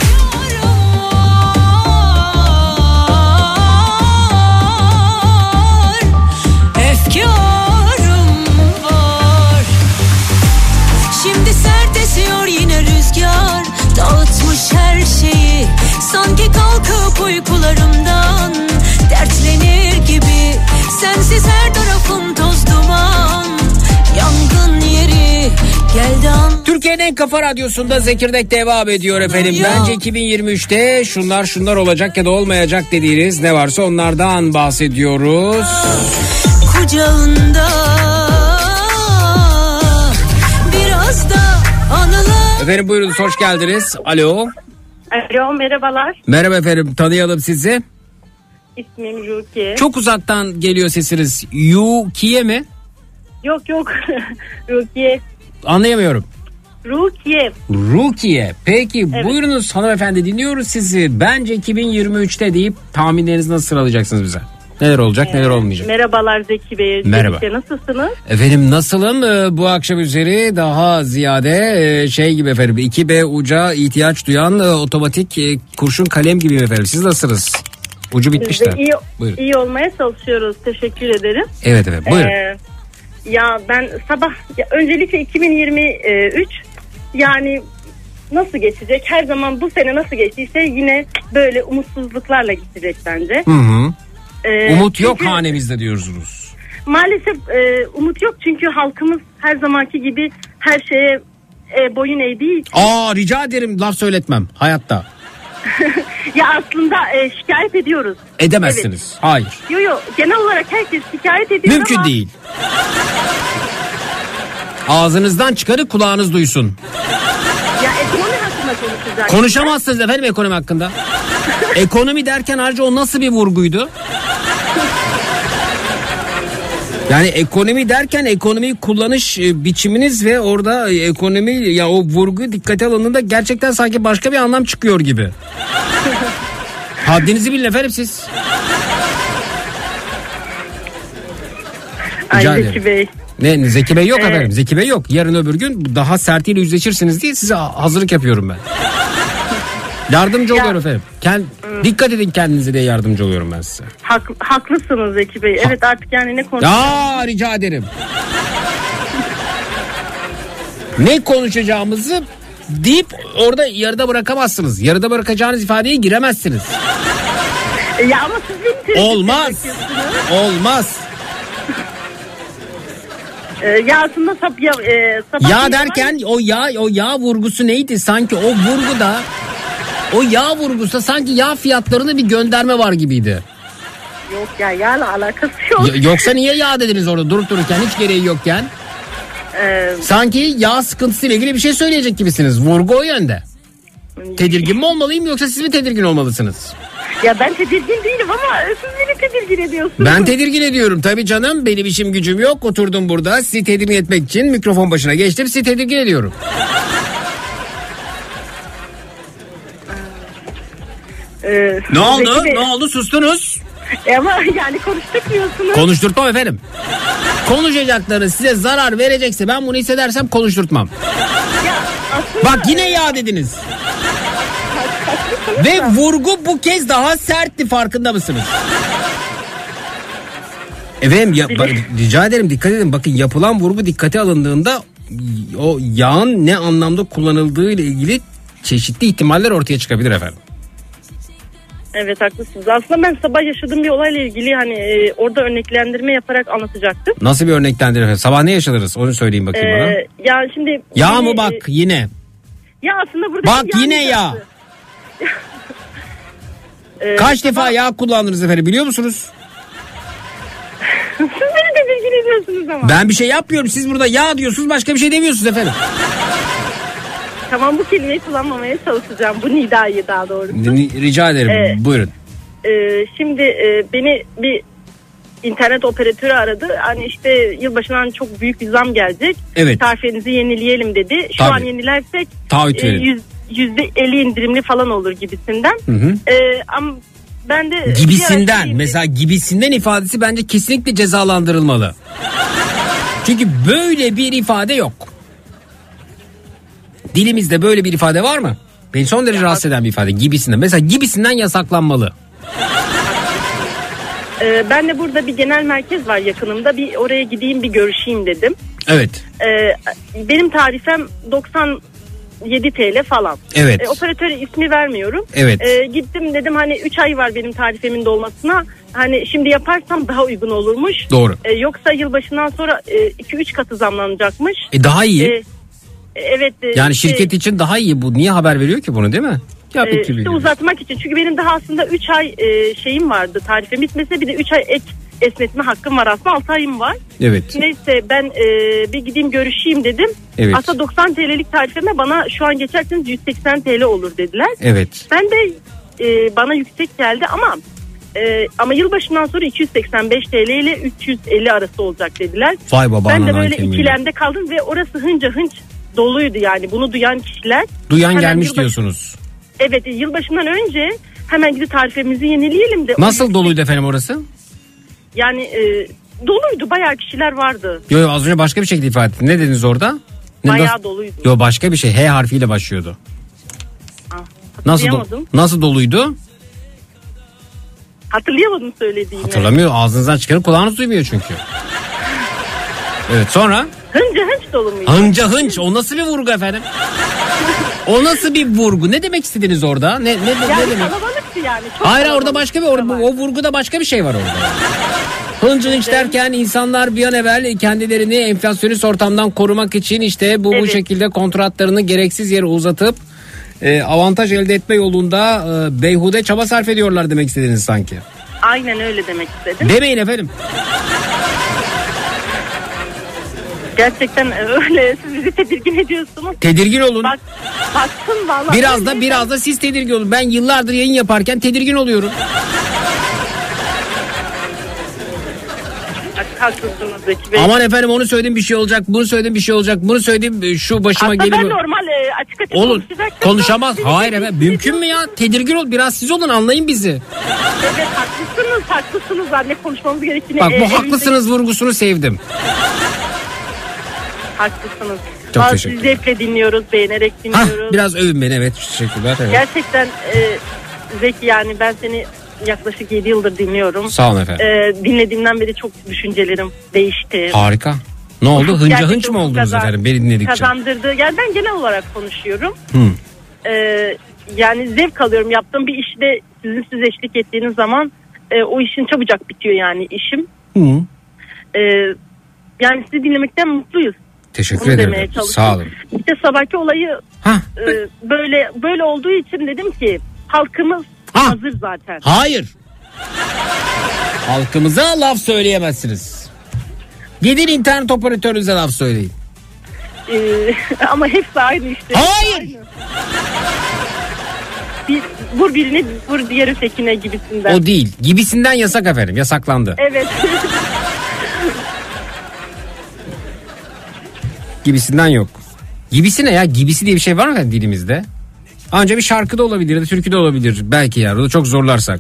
H: Efkarım var. Şimdi sert esiyor yine rüzgar, dağıtmış her şeyi, sanki kalkıp uykularımdan dertlenir gibi. Sensiz her tarafım toz duman, yangın yeri, gel de an.
A: Türkiye'nin en kafa radyosunda Zekirdek devam ediyor efendim. Bence 2023'te şunlar olacak ya da olmayacak dediğiniz ne varsa onlardan bahsediyoruz.
H: Kucağında biraz da anılar.
A: Efendim buyurun, hoş geldiniz. Alo.
I: Alo, merhabalar.
A: Merhaba efendim, tanıyalım sizi.
I: İsmim Rukiye.
A: Çok uzaktan geliyor sesiniz. Yukiye mi?
I: Yok Rukiye.
A: Anlayamıyorum.
I: Rukiye.
A: Rukiye. Peki
I: Evet.
A: buyurunuz hanımefendi, dinliyoruz sizi. Bence 2023'te deyip tahminlerinizi nasıl sıralayacaksınız bize? Neler olacak, neler olmayacak?
I: Merhabalar Zeki Bey.
A: Merhaba.
I: Zeki, nasılsınız?
A: Efendim nasılım? Bu akşam üzeri daha ziyade şey gibi efendim, 2B uca ihtiyaç duyan otomatik kurşun kalem gibi efendim. Siz nasılsınız? Ucu
I: Biz
A: bitmiş de.
I: de
A: Buyurun.
I: iyi olmaya çalışıyoruz. Teşekkür ederim.
A: Evet efendim, buyurun.
I: Ya ben öncelikle 2023 yani nasıl geçecek? Her zaman bu sene nasıl geçtiyse yine böyle umutsuzluklarla geçecek bence.
A: Hı hı. Umut yok
I: çünkü
A: hanemizde diyorsunuz.
I: Maalesef umut yok çünkü halkımız her zamanki gibi her şeye boyun eğdiği için.
A: Rica ederim, laf söyletmem hayatta.
I: Ya aslında şikayet ediyoruz.
A: Edemezsiniz.
I: Evet.
A: Hayır.
I: Yo genel olarak herkes şikayet ediyor
A: Mümkün
I: ama.
A: değil. Ağzınızdan çıkarı kulağınız duysun.
I: Ya ekonomi hakkında konuşacağız.
A: Konuşamazsınız efendim ekonomi hakkında. Ekonomi derken ayrıca o nasıl bir vurguydu? Yani ekonomi derken ekonomiyi kullanış biçiminiz ve orada ekonomi ya o vurgu dikkate alındığında gerçekten sanki başka bir anlam çıkıyor gibi. Haddinizi bilin efendim siz. Rica
I: Ay
A: ederim.
I: Zeki Bey.
A: Ne Zeki Bey yok efendim. Zeki Bey yok. Yarın öbür gün daha sertiyle yüzleşirsiniz diye size hazırlık yapıyorum ben. Yardımcı oluyorum efendim. Dikkat edin kendinize diye yardımcı oluyorum ben size.
I: Haklısınız Zeki Bey. Evet artık yani ne konuşacağız?
A: Rica ederim. Ne konuşacağımızı deyip orada yarıda bırakamazsınız. Yarıda bırakacağınız ifadeye giremezsiniz.
I: Ya ama siz beni
A: Olmaz. Olmaz.
I: Ya aslında sabah
A: Ya derken o yağ vurgusu neydi? Sanki o vurguda o yağ vurgusu sanki yağ fiyatlarında bir gönderme var gibiydi.
I: Yok ya yağla alakası yok.
A: Yoksa niye yağ dediniz orada durup dururken, hiç gereği yokken? Sanki yağ sıkıntısıyla ilgili bir şey söyleyecek gibisiniz. Vurgu o yönde. Tedirgin mi olmalıyım yoksa siz mi tedirgin olmalısınız?
I: Ya ben tedirgin değilim ama siz beni tedirgin ediyorsunuz.
A: Ben tedirgin ediyorum tabii canım. Benim işim gücüm yok. Oturdum burada sizi tedirgin etmek için mikrofon başına geçtim. Sizi tedirgin ediyorum. Ne oldu? Ne oldu? Sustunuz.
I: Ama yani konuşturmuyorsunuz.
A: Konuşturtmam efendim. Konuşacakları size zarar verecekse ben bunu hissedersem konuşturtmam.
I: Ya aslında,
A: bak yine ya dediniz. Ve vurgu bu kez daha sertti, farkında mısınız? Efendim rica ederim dikkat edin. Bakın yapılan vurgu dikkate alındığında o yağın ne anlamda kullanıldığı ile ilgili çeşitli ihtimaller ortaya çıkabilir efendim.
I: Evet haklısınız. Aslında ben sabah yaşadığım bir olayla ilgili hani orada örneklendirme yaparak anlatacaktım.
A: Nasıl bir örneklendirme efendim? Sabah ne yaşadınız? Onu söyleyeyim bakayım bana.
I: Ya şimdi...
A: Yağ mı bak yine?
I: Ya aslında burada...
A: Bak yine yağ. Kaç defa yağ kullandınız efendim biliyor musunuz?
I: Siz beni tedirgin ediyorsunuz ama.
A: Ben bir şey yapmıyorum. Siz burada yağ diyorsunuz, başka bir şey demiyorsunuz efendim.
I: Tamam bu kelimeyi kullanmamaya çalışacağım. Bu nidayı daha doğrusu.
A: Rica ederim. Buyurun.
I: Şimdi beni bir internet operatörü aradı. Hani işte yılbaşından çok büyük bir zam gelecek.
A: Evet.
I: Tarifenizi yenileyelim dedi. Şu
A: Tabii.
I: an yenilersek
A: %50
I: indirimli falan olur gibisinden.
A: Hı.
I: Ama ben de
A: gibisinden mesela gibisinden ifadesi bence kesinlikle cezalandırılmalı. Çünkü böyle bir ifade yok. Dilimizde böyle bir ifade var mı? Beni son derece rahatsız eden bir ifade gibisinden. Mesela gibisinden yasaklanmalı.
I: Ben de burada bir genel merkez var yakınımda. Bir oraya gideyim bir görüşeyim dedim.
A: Evet.
I: Benim tarifem 97 TL falan.
A: Evet.
I: Operatör ismi vermiyorum.
A: Evet.
I: Gittim dedim hani 3 ay var benim tarifemin dolmasına. Hani şimdi yaparsam daha uygun olurmuş.
A: Doğru.
I: Yoksa yılbaşından sonra 2-3 katı zamlanacakmış.
A: Daha iyi.
I: Evet.
A: Yani şirket için daha iyi bu. Niye haber veriyor ki bunu değil mi?
I: İşte uzatmak için. Çünkü benim daha aslında 3 ay şeyim vardı tarifem bitmese bir de 3 ay ek esnetme hakkım var aslında 6 ayım var.
A: Evet.
I: Neyse ben bir gideyim görüşeyim dedim.
A: Evet.
I: Aslında 90 TL'lik tarifeme bana şu an geçerseniz 180 TL olur dediler.
A: Evet.
I: Ben de bana yüksek geldi ama yılbaşından sonra 285 TL ile 350 arası olacak dediler.
A: Vay baba.
I: Ben de böyle ikilemde kaldım ve orası hınca hınç doluydu yani. Bunu duyan kişiler.
A: Duyan gelmiş diyorsunuz.
I: Evet, yılbaşından önce hemen gidip tarifemizi yenileyelim de.
A: Nasıl doluydu efendim orası?
I: Yani doluydu, bayağı kişiler vardı.
A: Yo az önce başka bir şekilde ifade ettin. Ne dediniz orada?
I: Bayağı doluydu.
A: Yo başka bir şey. H harfiyle başlıyordu. Nasıl doluydu?
I: Hatırlayamadım söylediğini.
A: Hatırlamıyor. Ağzınızdan çıkarıp kulağınız duymuyor çünkü. Evet, sonra?
I: Hınca hınç dolu muydu?
A: Hınca hınç. O nasıl bir vurgu efendim? O nasıl bir vurgu? Ne demek istediniz orada? Ne demek?
I: Kalabalıktı yani.
A: Hayır, orada başka bir o vurguda başka bir şey var orada. Hınca hınç derken insanlar bir an evvel kendilerini enflasyonist ortamdan korumak için işte bu şekilde kontratlarını gereksiz yere uzatıp avantaj elde etme yolunda beyhude çaba sarf ediyorlar demek istediniz sanki.
I: Aynen öyle demek istedim.
A: Demeyin efendim.
I: Gerçekten öyle. Siz bizi tedirgin ediyorsunuz.
A: Tedirgin olun.
I: Baktım vallahi.
A: Biraz da siz tedirgin olun. Ben yıllardır yayın yaparken tedirgin oluyorum.
I: Haklısınız Zeki Bey.
A: Aman efendim, onu söyledim bir şey olacak, bunu söyledim bir şey olacak, bunu söyledim şu başıma gelir.
I: Ben normal açık
A: olur. Konuşamaz. Hayır efendim, mümkün mü ya? Tedirgin ol, biraz siz olun, anlayın bizi.
I: Evet, haklısınız. Ne konuşmamız gerektiğini.
A: Bak bu haklısınız vurgusunu sevdim.
I: Haklısınız.
A: Çok teşekkür ederim.
I: Zevkle dinliyoruz, beğenerek dinliyoruz.
A: Biraz övün beni, evet, teşekkürler. Evet.
I: Gerçekten Zeki, yani ben seni yaklaşık 7 yıldır dinliyorum.
A: Sağ olun efendim.
I: Dinlediğimden beri çok düşüncelerim değişti.
A: Harika. Ne oldu? Hınca hınç mı oldunuz efendim beni dinledikçe?
I: Kazandırdı. Yani ben genel olarak konuşuyorum. Yani zevk alıyorum. Yaptığım bir işi siz eşlik ettiğiniz zaman o işin çabucak bitiyor yani işim. Yani sizi dinlemekten mutluyuz.
A: Teşekkür ederim. Sağ olun.
I: İşte sabahki olayı böyle olduğu için dedim ki halkımız hazır zaten.
A: Hayır. Halkımıza laf söyleyemezsiniz. Gidin internet operatörünüze laf söyleyin.
I: Ama hepsi aynı işte.
A: Hayır.
I: Aynı. Vur birini, vur diğer ötekine gibisinden.
A: O değil. Gibisinden yasak efendim. Yasaklandı.
I: Evet.
A: Gibisinden yok. Gibisi ne ya? Gibisi diye bir şey var mı dilimizde? Ancak bir şarkıda olabilir ya da türküde olabilir. Belki ya. O da çok zorlarsak.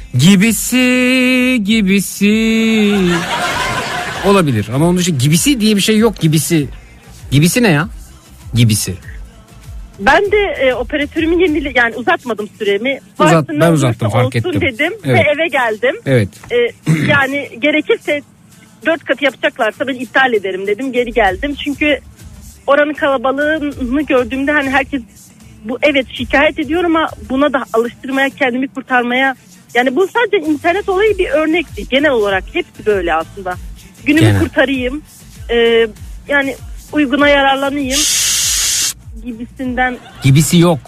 A: Gibisi. Olabilir. Ama onun dışında gibisi diye bir şey yok. Gibisi ne ya? Gibisi.
I: Ben de operatörümün yani uzatmadım süremi.
A: Ben uzattım, fark ettim.
I: Dedim
A: evet.
I: Ve eve geldim.
A: Evet.
I: Yani gerekirse 4 katı yapacaklarsa ben iptal ederim dedim. Geri geldim. Çünkü oranın kalabalığını gördüğümde hani herkes şikayet ediyor ama buna da alıştırmaya, kendimi kurtarmaya. Yani bu sadece internet olayı bir örnekti. Genel olarak hepsi böyle aslında. Günümü kurtarayım. Yani uyguna yararlanayım. Gibisinden.
A: Gibisi yok.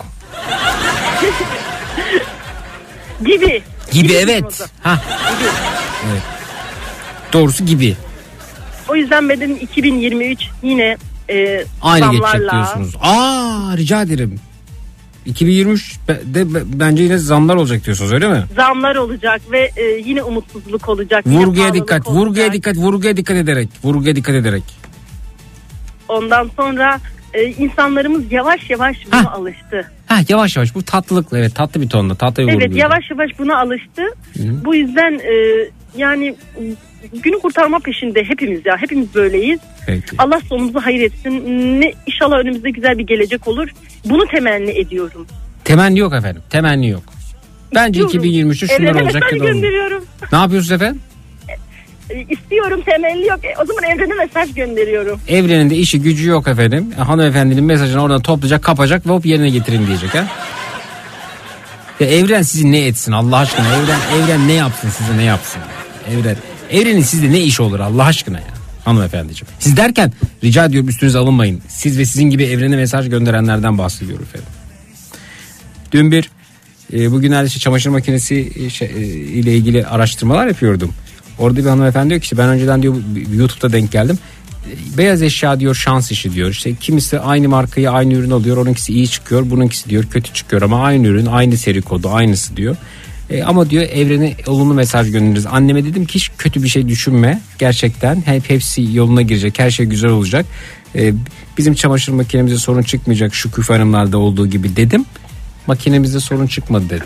I: Gibi
A: evet. Gibi. Evet. Doğrusu gibi.
I: O yüzden benim 2023 yine
A: aynı geçecek diyorsunuz. Rica ederim. 2023'de bence yine zamlar olacak diyorsunuz, öyle mi?
I: Zamlar olacak ve yine umutsuzluk olacak.
A: Vurguya dikkat ederek.
I: Ondan sonra insanlarımız yavaş yavaş buna alıştı.
A: Yavaş yavaş, bu tatlılıkla, evet, tatlı bir tonla, tatlı bir vurgu.
I: Evet, yavaş yavaş buna alıştı. Hı-hı. Bu yüzden yani günü kurtarma peşinde hepimiz böyleyiz.
A: Peki.
I: Allah sonumuzu hayır etsin. İnşallah önümüzde güzel bir gelecek olur. Bunu temenni ediyorum.
A: Temenni yok efendim. Temenni yok. Bence 2023'te şunlar olacak ya da
I: gönderiyorum.
A: Ne yapıyorsunuz efendim?
I: İstiyorum, temelli yok. O zaman evrene mesaj gönderiyorum.
A: Evrenin de işi gücü yok efendim. Hanımefendinin mesajını oradan toplayacak, kapacak ve hop yerine getirin diyecek ha. Ya evren sizi ne etsin Allah aşkına? Evren ne yapsın, size ne yapsın? Evrenin sizde ne iş olur Allah aşkına ya? Hanımefendiciğim. Siz derken rica ediyorum üstünüze alınmayın. Siz ve sizin gibi evrene mesaj gönderenlerden bahsediyorum efendim. Dün bugünlerde çamaşır makinesi ile ilgili araştırmalar yapıyordum. Orada bir hanımefendi diyor ki işte ben önceden diyor YouTube'da denk geldim. Beyaz eşya diyor şans işi diyor. İşte kimisi aynı markayı, aynı ürün alıyor. Onunkisi iyi çıkıyor, bununkisi diyor kötü çıkıyor ama aynı ürün, aynı seri kodu, aynısı diyor. Ama diyor evrene olumlu mesaj göndeririz. Anneme dedim ki hiç kötü bir şey düşünme. Gerçekten hepsi yoluna girecek. Her şey güzel olacak. Bizim çamaşır makinemizde sorun çıkmayacak şu küf hanımlarda olduğu gibi dedim. Makinemizde sorun çıkmadı dedi.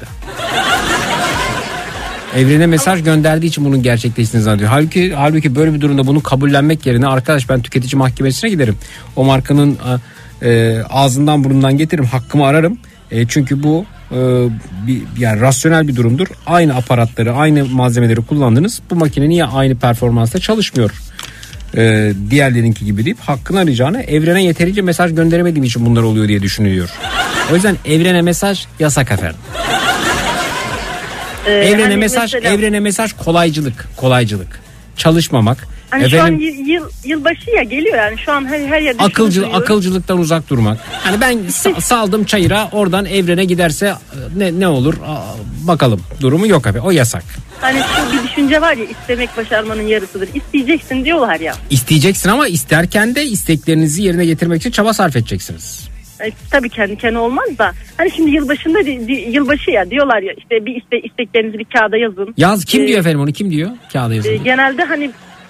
A: Evrene mesaj gönderdiği için bunun gerçekleştiğini zannediyor. Halbuki böyle bir durumda bunu kabullenmek yerine arkadaş ben tüketici mahkemesine giderim. O markanın ağzından burnundan getiririm, hakkımı ararım. Çünkü bu yani rasyonel bir durumdur. Aynı aparatları, aynı malzemeleri kullandınız. Bu makine niye aynı performansla çalışmıyor? Diğerlerinki gibi deyip hakkını arayacağına evrene yeterince mesaj gönderemediğim için bunlar oluyor diye düşünülüyor. O yüzden evrene mesaj yasak efendim. Evrene mesaj, mesela, evrene mesaj kolaycılık. Çalışmamak.
I: Hani efendim, şu an yılbaşı ya geliyor yani şu an her yerde
A: akılcılıktan uzak durmak. Hani ben saldım çayıra, oradan evrene giderse ne olur bakalım, durumu yok abi, o yasak.
I: Hani şu bir düşünce var ya, istemek başarmanın yarısıdır. İsteyeceksin diyorlar ya.
A: İsteyeceksin ama isterken de isteklerinizi yerine getirmek için çaba sarf edeceksiniz.
I: Tabii kendi kendine olmaz da hani şimdi yılbaşında yılbaşı ya diyorlar ya, işte bir isteklerinizi bir kağıda yazın.
A: Kim diyor efendim onu, kim diyor kağıda yazın?
I: Genelde hani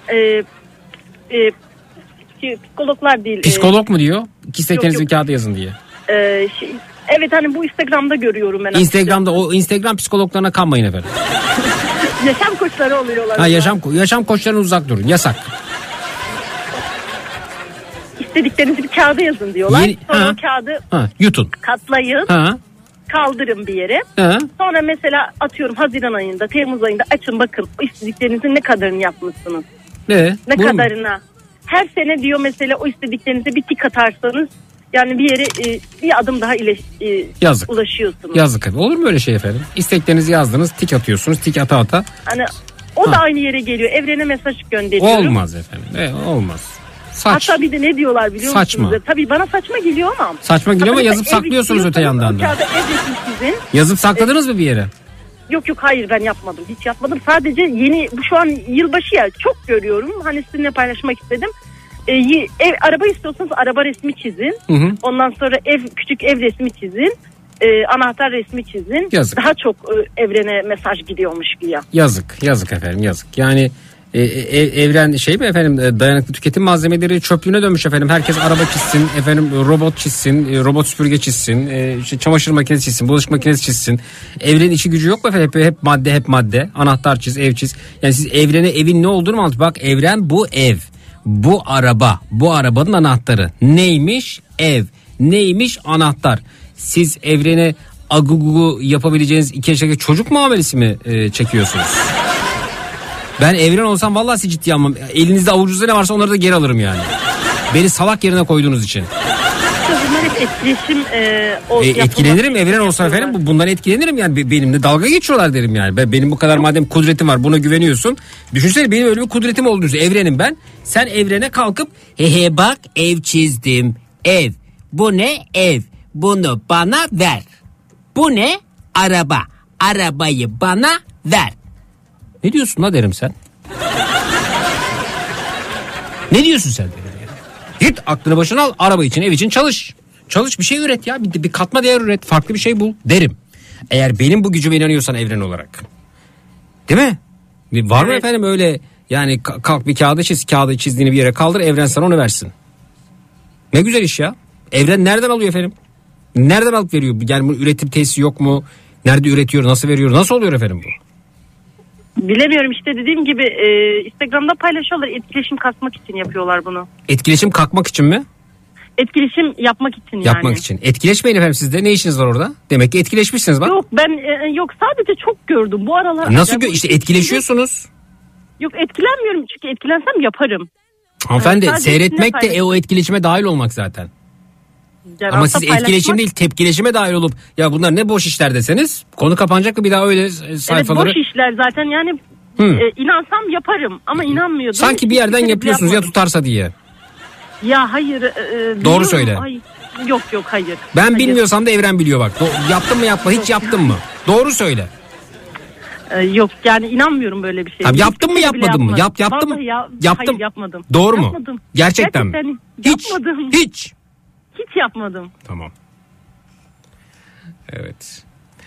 I: psikologlar değil.
A: Psikolog mu diyor? İsteklerinizi bir kağıda yazın diye.
I: Evet, hani bu Instagram'da görüyorum ben.
A: Instagram'da o Instagram psikologlarına kanmayın efendim.
I: Yaşam koçları oluyorlar.
A: Ha, yaşam koçlarına uzak durun, yasak.
I: İstediklerinizi bir kağıda yazın diyorlar. Sonra o kağıdı
A: yutun.
I: Katlayın. Kaldırın bir yere. Sonra mesela atıyorum Haziran ayında, Temmuz ayında açın, bakın o istediklerinizin ne kadarını yapmışsınız. Ne kadarına. Her sene diyor mesela o istediklerinize bir tik atarsanız yani bir yere bir adım daha ulaşıyorsunuz.
A: Yazık abi. Olur mu öyle şey efendim? İsteklerinizi yazdınız, tik atıyorsunuz, tik ata.
I: Hani o da aynı yere geliyor. Evrene mesaj gönderiyorum.
A: Olmaz efendim. Olmaz.
I: Hatta bir de ne diyorlar biliyor musunuz? Tabii bana saçma geliyor ama.
A: Saçma geliyor ama yazıp saklıyorsunuz öte yandan da. Yazıp sakladınız mı bir yere?
I: Yok hayır, ben yapmadım. Hiç yapmadım. Sadece şu an yılbaşı ya, çok görüyorum. Hani sizinle paylaşmak istedim. Araba istiyorsanız araba resmi çizin. Ondan sonra küçük ev resmi çizin. Anahtar resmi çizin.
A: Yazık.
I: Daha çok evrene mesaj gidiyormuş güya.
A: Yazık efendim, yazık. Yani evren şey mi efendim, dayanıklı tüketim malzemeleri çöplüğüne dönmüş efendim. Herkes araba çizsin efendim, robot çizsin, robot süpürge çizsin, çamaşır makinesi çizsin, bulaşık makinesi çizsin. Evrenin içi gücü yok mu efendim? Hep madde, anahtar çiz, ev çiz. Yani siz evrene evin ne olduğunu mu anlatın? Bak, evren bu ev, bu araba, bu arabanın anahtarı. Neymiş? Ev. Neymiş? Anahtar. Siz evrene agugu yapabileceğiniz 2 yaşındaki çocuk muamelesi mi çekiyorsunuz? Ben evren olsam vallahi sizi ciddiye almam. Elinizde avucunuzda ne varsa onları da geri alırım yani. Beni salak yerine koyduğunuz için.
I: Bunlar hep etkileşim.
A: Etkilenirim evren olsa efendim. Bundan etkilenirim yani. Benimle dalga geçiyorlar derim yani. Benim bu kadar madem kudretim var, buna güveniyorsun. Düşünsene, benim öyle bir kudretim olduğunu. Evrenim ben. Sen evrene kalkıp bak ev çizdim. Ev. Bu ne? Ev. Bunu bana ver. Bu ne? Araba. Arabayı bana ver. Ne diyorsun la derim sen? Ne diyorsun sen derim yani. Git aklını başına al, araba için, ev için çalış. Çalış, bir şey üret ya, bir katma değer üret, farklı bir şey bul derim. Eğer benim bu gücüme inanıyorsan evren olarak. Değil mi? Var mı efendim öyle yani, kalk bir kağıda çiz, kağıdı çizdiğini bir yere kaldır, evren sana onu versin. Ne güzel iş ya. Evren nereden alıyor efendim? Nereden alıp veriyor? Yani bunun üretim tesisi yok mu? Nerede üretiyor, nasıl veriyor, nasıl oluyor efendim bu?
I: Bilemiyorum işte, dediğim gibi Instagram'da paylaşıyorlar, etkileşim kasmak için yapıyorlar bunu.
A: Etkileşim kalkmak için mi?
I: Etkileşim yapmak için yani.
A: Yapmak için. Etkileşmeyin efendim sizde. Ne işiniz var orada? Demek ki etkileşmişsiniz bak.
I: Yok ben sadece çok gördüm bu aralar.
A: Nasıl işte etkileşiyorsunuz?
I: Yok etkilenmiyorum, çünkü etkilensem yaparım.
A: Hanımefendi seyretmek de o etkileşime dahil olmak zaten. Yani ama siz etkileşim değil, tepkileşime dahil olup ya bunlar ne boş işler deseniz konu kapanacak mı bir daha öyle sayfaları?
I: Evet, boş işler zaten yani. İnansam yaparım ama inanmıyordum.
A: Sanki bir yerden yapıyorsunuz ya tutarsa diye.
I: Ya hayır.
A: Doğru söyle.
I: Yok hayır.
A: Ben bilmiyorsam da evren biliyor bak. Yaptın mı yapma, hiç yaptın mı? Doğru söyle.
I: Yok yani inanmıyorum böyle bir şey.
A: Tamam, yaptın mı yapmadın mı? Yaptım mı? Yaptım.
I: Hayır yapmadım.
A: Doğru mu?
I: Yapmadım.
A: Gerçekten mi?
I: Yapmadım.
A: Hiç
I: yapmadım.
A: Tamam. Evet.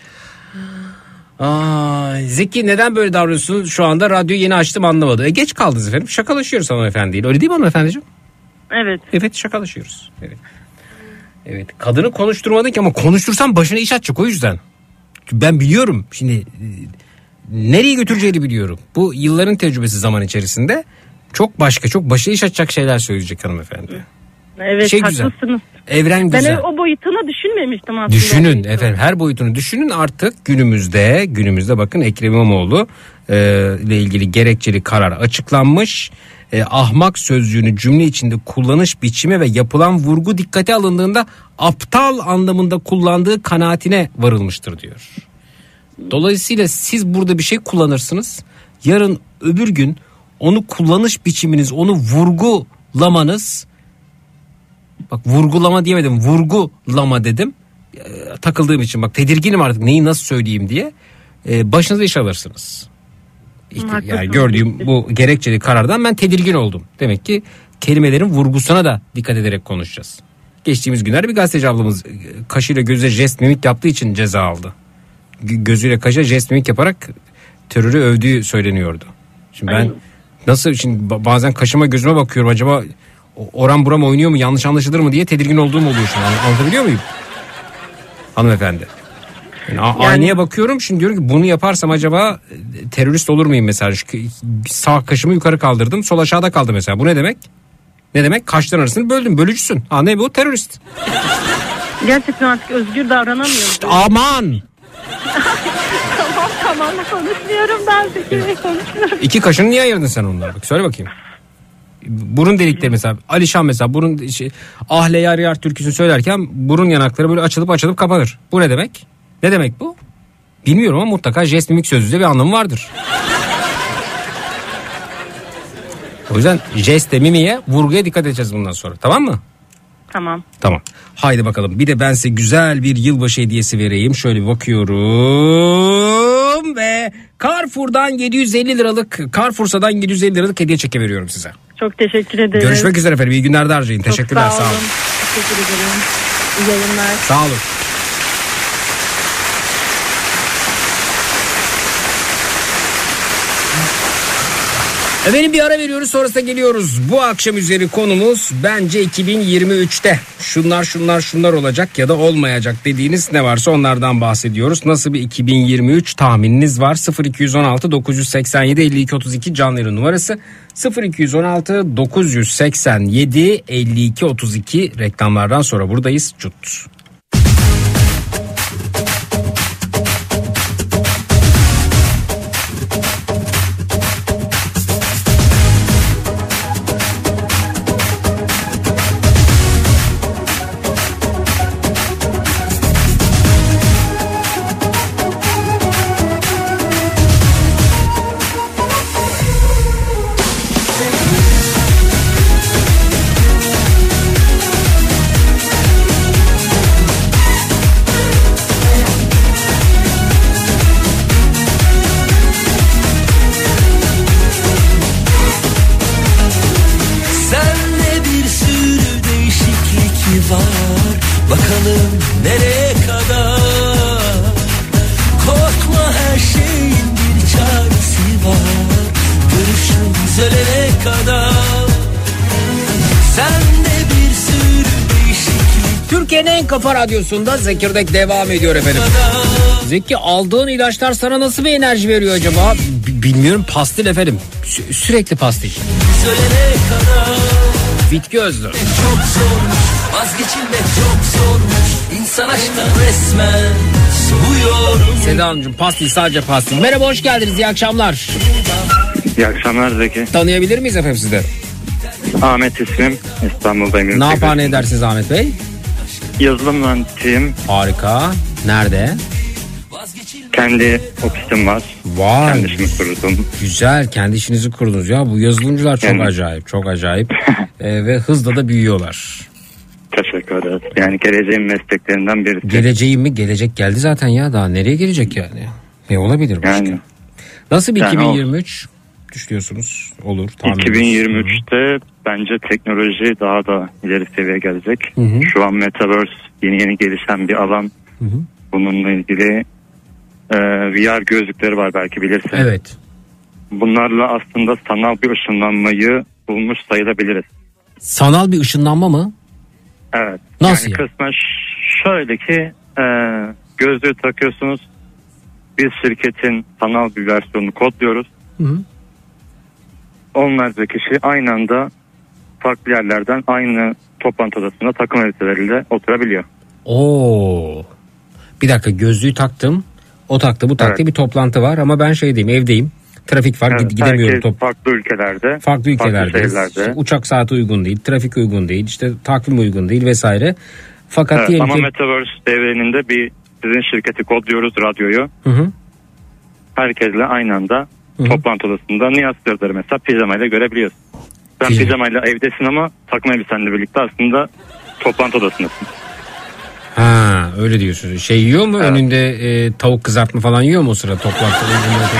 A: Zeki neden böyle davranıyorsun? Şu anda radyoyu yeni açtım, anlamadı. Geç kaldınız efendim. Şakalaşıyoruz hanımefendiyle. Öyle değil mi hanımefendiciğim?
I: Evet.
J: Evet, şakalaşıyoruz. Evet. Evet, kadını konuşturmadık ama konuştursam başına iş açacak, o yüzden. Ben biliyorum şimdi nereye götüreceğini biliyorum. Bu yılların tecrübesi zaman içerisinde çok başka, çok başına iş açacak şeyler söyleyecek hanımefendi.
I: Evet, haklısınız.
J: Güzel. Evren güzel.
I: Ben o boyutunu düşünmemiştim aslında.
J: Düşünün efendim, her boyutunu düşünün artık. Günümüzde bakın Ekrem İmamoğlu ile ilgili gerekçeli karar açıklanmış. Ahmak sözcüğünü cümle içinde kullanış biçimi ve yapılan vurgu dikkate alındığında aptal anlamında kullandığı kanaatine varılmıştır diyor. Dolayısıyla siz burada bir şey kullanırsınız. Yarın öbür gün onu kullanış biçiminiz, onu vurgulamanız, bak vurgulama diyemedim, vurgulama dedim. Takıldığım için bak tedirginim artık neyi nasıl söyleyeyim diye. Başınıza iş alırsınız. Yani gördüğüm bu gerekçeli karardan ben tedirgin oldum. Demek ki kelimelerin vurgusuna da dikkat ederek konuşacağız. Geçtiğimiz günlerde bir gazeteci ablamız kaşıyla göze jest mimik yaptığı için ceza aldı. Gözüyle kaşa jest mimik yaparak terörü övdüğü söyleniyordu. Şimdi ben nasıl, şimdi bazen kaşıma gözüme bakıyorum, acaba oram buram oynuyor mu, yanlış anlaşılır mı diye tedirgin olduğum oluyor şimdi. Anlatabiliyor muyum hanımefendi? Yani aynaya bakıyorum şimdi, diyorum ki bunu yaparsam acaba terörist olur muyum mesela? Sağ kaşımı yukarı kaldırdım, sol aşağıda kaldı mesela. Bu ne demek? Ne demek? Kaşların arasını böldüm, bölücüsün. Ne bu? Terörist.
I: Gerçekten artık özgür davranamıyorum.
J: Aman.
I: Tamam konuşmuyorum ben. Konuşmuyorum.
J: İki kaşını niye ayırdın sen onlara? Bak söyle bakayım. Burun delikleri mesela, Alişan mesela burun ahle yar yar türküsünü söylerken burun yanakları böyle açılıp kapanır. Bu ne demek? Ne demek bu? Bilmiyorum ama mutlaka jest mimik sözlüğünde bir anlamı vardır. O yüzden jeste, mimiye, vurguya dikkat edeceğiz bundan sonra. Tamam mı?
I: Tamam.
J: Haydi bakalım. Bir de ben size güzel bir yılbaşı hediyesi vereyim. Şöyle bir bakıyorum ve Carrefour'dan 750 liralık, Carrefour'dan 750 liralık hediye çeki veriyorum size.
I: Çok teşekkür ederim.
J: Görüşmek üzere efendim. İyi günler de harcayın.
I: Çok
J: teşekkürler. Sağ olun.
I: Teşekkür ederim. İyi yayınlar.
J: Sağ olun. Efendim bir ara veriyoruz, sonrasında geliyoruz. Bu akşam üzeri konumuz bence 2023'te şunlar olacak ya da olmayacak dediğiniz ne varsa onlardan bahsediyoruz. Nasıl bir 2023 tahmininiz var? 0216 987 52 32 canlı yayın numarası. 0216 987 52 32 reklamlardan sonra buradayız. Cut. Kafa Radyosu'nda Zekirdek devam ediyor efendim. Zeki, aldığın ilaçlar sana nasıl bir enerji veriyor acaba? Bilmiyorum, pastil efendim. Sürekli pastil. Bitki özlü.
C: Çok zormuş, vazgeçilmek çok zormuş. İnsan aşkından resmen soğuyorum.
J: Seda Hanımcığım, pastil, sadece pastil. Merhaba, hoş geldiniz, iyi akşamlar.
K: İyi akşamlar Zeki.
J: Tanıyabilir miyiz efendim sizleri?
K: Ahmet ismim, İstanbul'dayım.
J: Ne yapar ne edersiniz Ahmet Bey?
K: Yazılım mühendisiyim.
J: Harika. Nerede?
K: Kendi ofisim var.
J: Vay.
K: Kendi işimi kurdum.
J: Güzel, kendi işinizi kurdunuz ya. Bu yazılımcılar çok
K: yani...
J: acayip, çok acayip. Ve hızla da büyüyorlar.
K: Teşekkür ederiz. Yani geleceğin mesleklerinden birisi.
J: Geleceğim mi? Gelecek geldi zaten ya. Daha nereye gelecek yani? Ne olabilir başka? Yani, nasıl bir 2023 düşünüyorsunuz? Olur.
K: 2023'te bence teknoloji daha da ileri seviyeye gelecek.
J: Hı-hı.
K: Şu an Metaverse yeni gelişen bir alan.
J: Hı-hı.
K: Bununla ilgili VR gözlükleri var, belki bilirsin.
J: Evet.
K: Bunlarla aslında sanal bir ışınlanmayı bulmuş sayılabiliriz.
J: Sanal bir ışınlanma mı?
K: Evet.
J: Nasıl
K: yani? Kısmen şöyle ki gözlüğü takıyorsunuz. Biz şirketin sanal bir versiyonunu kodluyoruz.
J: Hı.
K: Onlarca kişi aynı anda farklı yerlerden aynı toplantı odasında takım elbiseleriyle oturabiliyor.
J: Oo. Bir dakika, gözlüğü taktım. O taktı, bu taktı, evet. Bir toplantı var ama ben evdeyim. Trafik var, evet, gidemiyorum.
K: Farklı ülkelerde.
J: Farklı şehirlerde. Uçak saati uygun değil, trafik uygun değil, işte takvim uygun değil vesaire. Fakat
K: evet, ama Metaverse devreninde sizin şirketi kodluyoruz, radyoyu.
J: Hı.
K: Herkesle aynı anda toplantı odasında Nihat Sırdar'ı mesela pijamayla görebiliyorsun. Sen pijamayla evdesin ama takım elbisenle birlikte aslında toplantı odasındasın.
J: Ha, öyle diyorsun. Şey yiyor mu? Evet. Önünde tavuk kızartma falan yiyor mu o sırada toplantıda?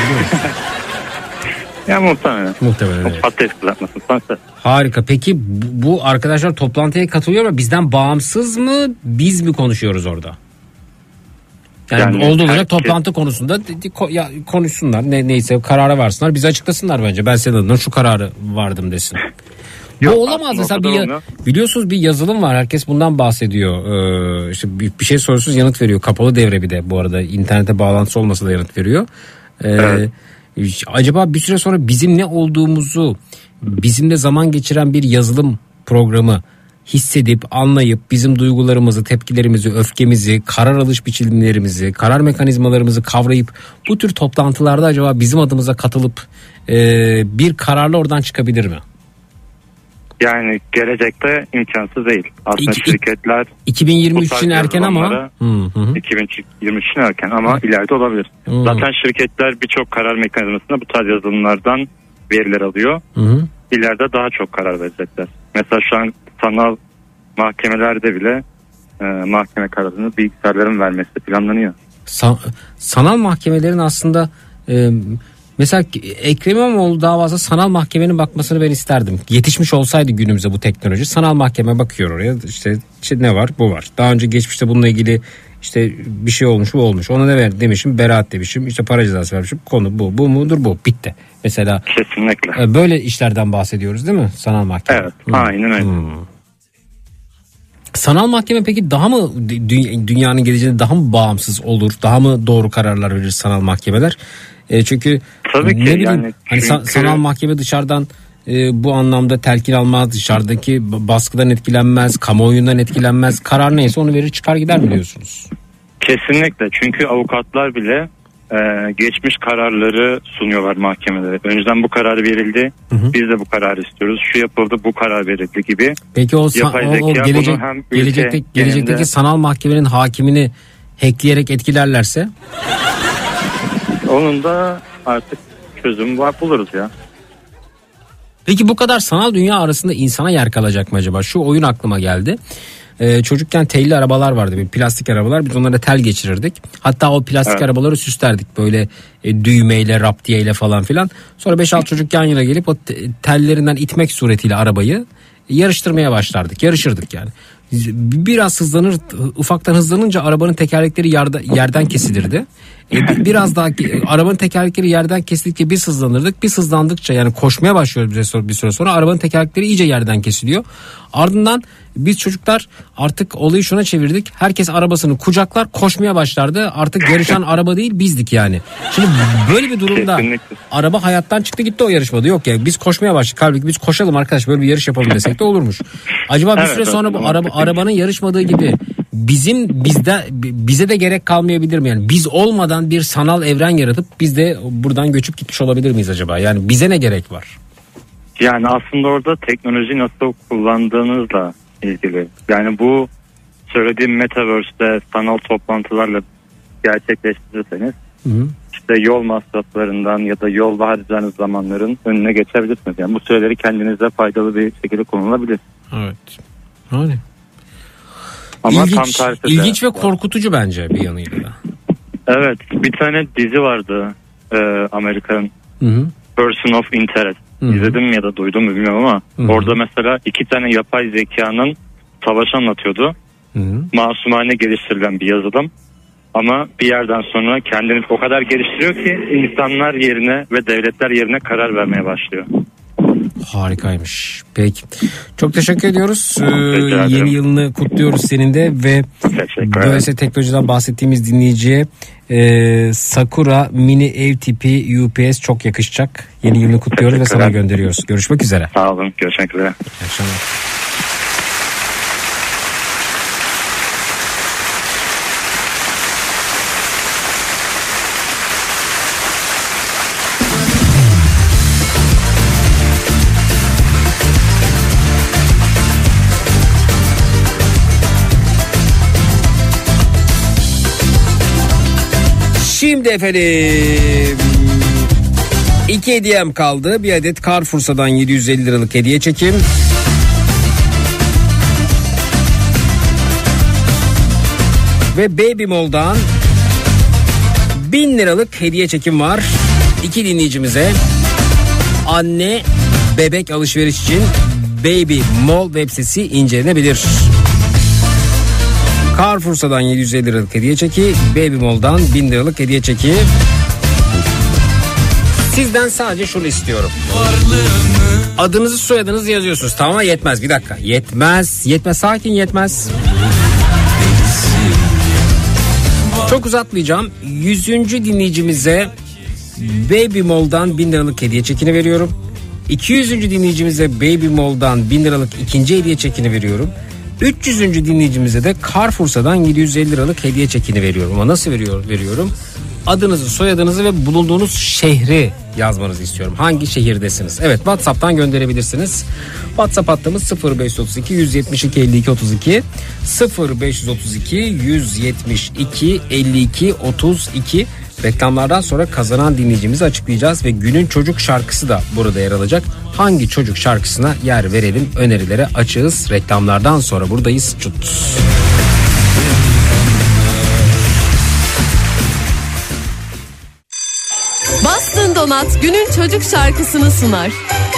K: Ya muhtemelen.
J: Evet.
K: Patates kızartması.
J: Harika. Peki bu arkadaşlar toplantıya katılıyor mu? Bizden bağımsız mı? Biz mi konuşuyoruz orada? Yani olduğu olacak toplantı konusunda konuşsunlar. Neyse karara varsınlar. Bize açıklasınlar bence. Ben senin adına şu kararı vardım desin. Yok, bu olamaz mesela biliyorsunuz bir yazılım var, herkes bundan bahsediyor. İşte bir şey soruyorsunuz, yanıt veriyor, kapalı devre, bir de bu arada internete bağlantısı olmasa da yanıt veriyor. Evet. Acaba bir süre sonra bizim ne olduğumuzu bizimle zaman geçiren bir yazılım programı hissedip anlayıp bizim duygularımızı, tepkilerimizi, öfkemizi, karar alış biçimlerimizi, karar mekanizmalarımızı kavrayıp bu tür toplantılarda acaba bizim adımıza katılıp bir kararla oradan çıkabilir mi?
K: Yani gelecekte imkansız değil. Aslında şirketler
J: 2023 için erken ama
K: 2023 için erken ama ileride olabilir. Zaten şirketler birçok karar mekanizmasında bu tarz yazılımlardan veriler alıyor. İleride daha çok karar verecekler. Mesela şu an sanal mahkemelerde bile mahkeme kararını bilgisayarların vermesi planlanıyor.
J: Sanal mahkemelerin aslında mesela Ekrem İmamoğlu davası sanal mahkemenin bakmasını ben isterdim. Yetişmiş olsaydı günümüze bu teknoloji, sanal mahkeme bakıyor oraya, işte ne var, bu var. Daha önce geçmişte bununla ilgili işte bir şey olmuş, bu olmuş. Ona ne demişim, beraat demişim, işte para cezası vermişim. Konu bu mudur, bu bitti. Mesela
K: kesinlikle.
J: Böyle işlerden bahsediyoruz değil mi sanal mahkeme?
K: Evet, aynen öyle.
J: Sanal mahkeme peki daha mı dünyanın geleceğinde daha mı bağımsız olur? Daha mı doğru kararlar verir sanal mahkemeler? Çünkü
K: tabii ki,
J: ne bileyim, yani hani sanal mahkeme dışarıdan bu anlamda telkin almaz, dışarıdaki baskıdan etkilenmez, kamuoyundan etkilenmez. Karar neyse onu verir çıkar gider biliyorsunuz.
K: Kesinlikle, çünkü avukatlar bile geçmiş kararları sunuyorlar mahkemelere. Önceden bu karar verildi, biz de bu kararı istiyoruz. Şu yapıldı, bu karar verildi gibi.
J: Peki o gelecekteki sanal mahkemenin hakimini hackleyerek etkilerlerse?
K: Onun da artık çözüm buluruz ya.
J: Peki bu kadar sanal dünya arasında insana yer kalacak mı acaba? Şu oyun aklıma geldi. Çocukken telli arabalar vardı, bir plastik arabalar, biz onlara tel geçirirdik. Hatta o plastik arabaları süslerdik böyle düğmeyle, raptiyeyle falan filan. Sonra 5-6 çocuk yan yana gelip o tellerinden itmek suretiyle arabayı yarıştırmaya başlardık, yarışırdık yani. Biraz ufaktan hızlanınca arabanın tekerlekleri yerden kesilirdi. Biraz daha arabanın tekerlekleri yerden kesildikçe biz hızlanırdık. Biz hızlandıkça, yani koşmaya başlıyoruz bir süre sonra arabanın tekerlekleri iyice yerden kesiliyor. Ardından biz çocuklar artık olayı şuna çevirdik. Herkes arabasını kucaklar, koşmaya başlardı. Artık yarışan araba değil, bizdik yani. Şimdi böyle bir durumda kesinlikle araba hayattan çıktı gitti o yarışmada. Yok ya, biz koşmaya başladık. Halbuki biz koşalım arkadaş, böyle bir yarış yapalım desek de olurmuş. Acaba bir süre sonra bu arabanın yarışmadığı gibi bize de gerek kalmayabilir mi? Yani biz olmadan bir sanal evren yaratıp biz de buradan göçüp gitmiş olabilir miyiz acaba? Yani bize ne gerek var?
K: Yani aslında orada teknolojiyi nasıl kullandığınızla ilgili. Yani bu söylediğim Metaverse'de sanal toplantılarla gerçekleştirirseniz işte yol masraflarından ya da yolda harcayacağınız zamanların önüne geçebilirsiniz. Yani bu süreleri kendinize faydalı bir şekilde kullanılabilir.
J: Evet. Öyle.
K: Ama
J: İlginç ve korkutucu bence bir yanıyla da.
K: Evet, bir tane dizi vardı Amerikan, Person of Interest. İzledim ya da duydum mu bilmiyorum ama orada mesela 2 tane yapay zekanın savaşı anlatıyordu. Masumane geliştirilen bir yazılım. Ama bir yerden sonra kendini o kadar geliştiriyor ki insanlar yerine ve devletler yerine karar vermeye başlıyor.
J: Harikaymış. Peki. Çok teşekkür ediyoruz.
K: ederim.
J: Yeni yılını kutluyoruz senin de ve böylece teknolojiden bahsettiğimiz dinleyiciye Sakura mini ev tipi UPS çok yakışacak. Yeni yılını kutluyoruz ve sana gönderiyoruz. Görüşmek üzere.
K: Sağ olun. Görüşmek üzere.
J: İyi akşamlar. Şimdi efendim 2 hediyem kaldı. Bir adet Carrefour'dan 750 liralık hediye çekim. Ve Baby Mall'dan 1000 liralık hediye çekim var. 2 dinleyicimize anne bebek alışveriş için Baby Mall web sitesi incelenebilir. Carrefour'dan 750 liralık hediye çeki, Baby Mall'dan 1000 liralık hediye çeki. Sizden sadece şunu istiyorum. Adınızı soyadınızı yazıyorsunuz. Tamam, yetmez, bir dakika. Yetmez, sakin, yetmez. Çok uzatmayacağım. 100. dinleyicimize Baby Mall'dan 1000 liralık hediye çekini veriyorum. 200. dinleyicimize Baby Mall'dan 1000 liralık ikinci hediye çekini veriyorum. 300. dinleyicimize de Carrefour'dan 750 liralık hediye çekini veriyorum. Ama nasıl veriyorum? Adınızı, soyadınızı ve bulunduğunuz şehri yazmanızı istiyorum. Hangi şehirdesiniz? Evet, WhatsApp'tan gönderebilirsiniz. WhatsApp hattımız 0532 172 52 32 0532 172 52 32. Reklamlardan sonra kazanan dinleyicimizi açıklayacağız ve günün çocuk şarkısı da burada yer alacak. Hangi çocuk şarkısına yer verelim, önerilere açığız. Reklamlardan sonra buradayız. Çut.
B: Boston Donat günün çocuk şarkısını sunar.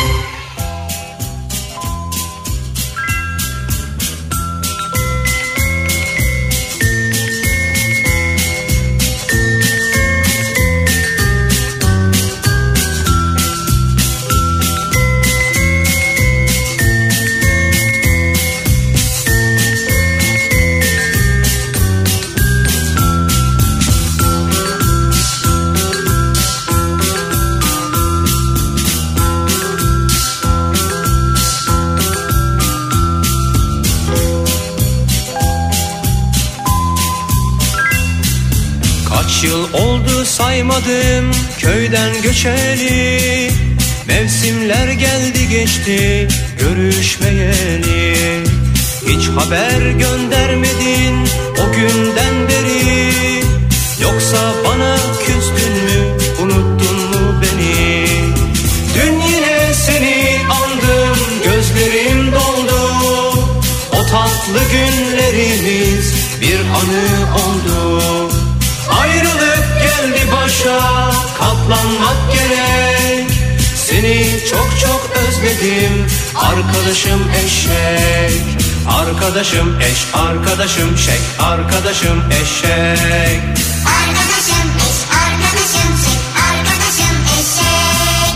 L: Yıl oldu saymadım köyden göçeli, mevsimler geldi geçti görüşmeyeli. Hiç haber göndermedin o günden beri, yoksa bana küstün mü, unuttun mu beni? Dün yine seni andım, gözlerim doldu, o tatlı günlerimiz bir anı oldu. Ayrılık geldi başa, katlanmak gerek. Seni çok çok özledim, arkadaşım eşek. Arkadaşım eş, arkadaşım şek, arkadaşım eşek.
M: Arkadaşım eş, arkadaşım şek, arkadaşım eşek.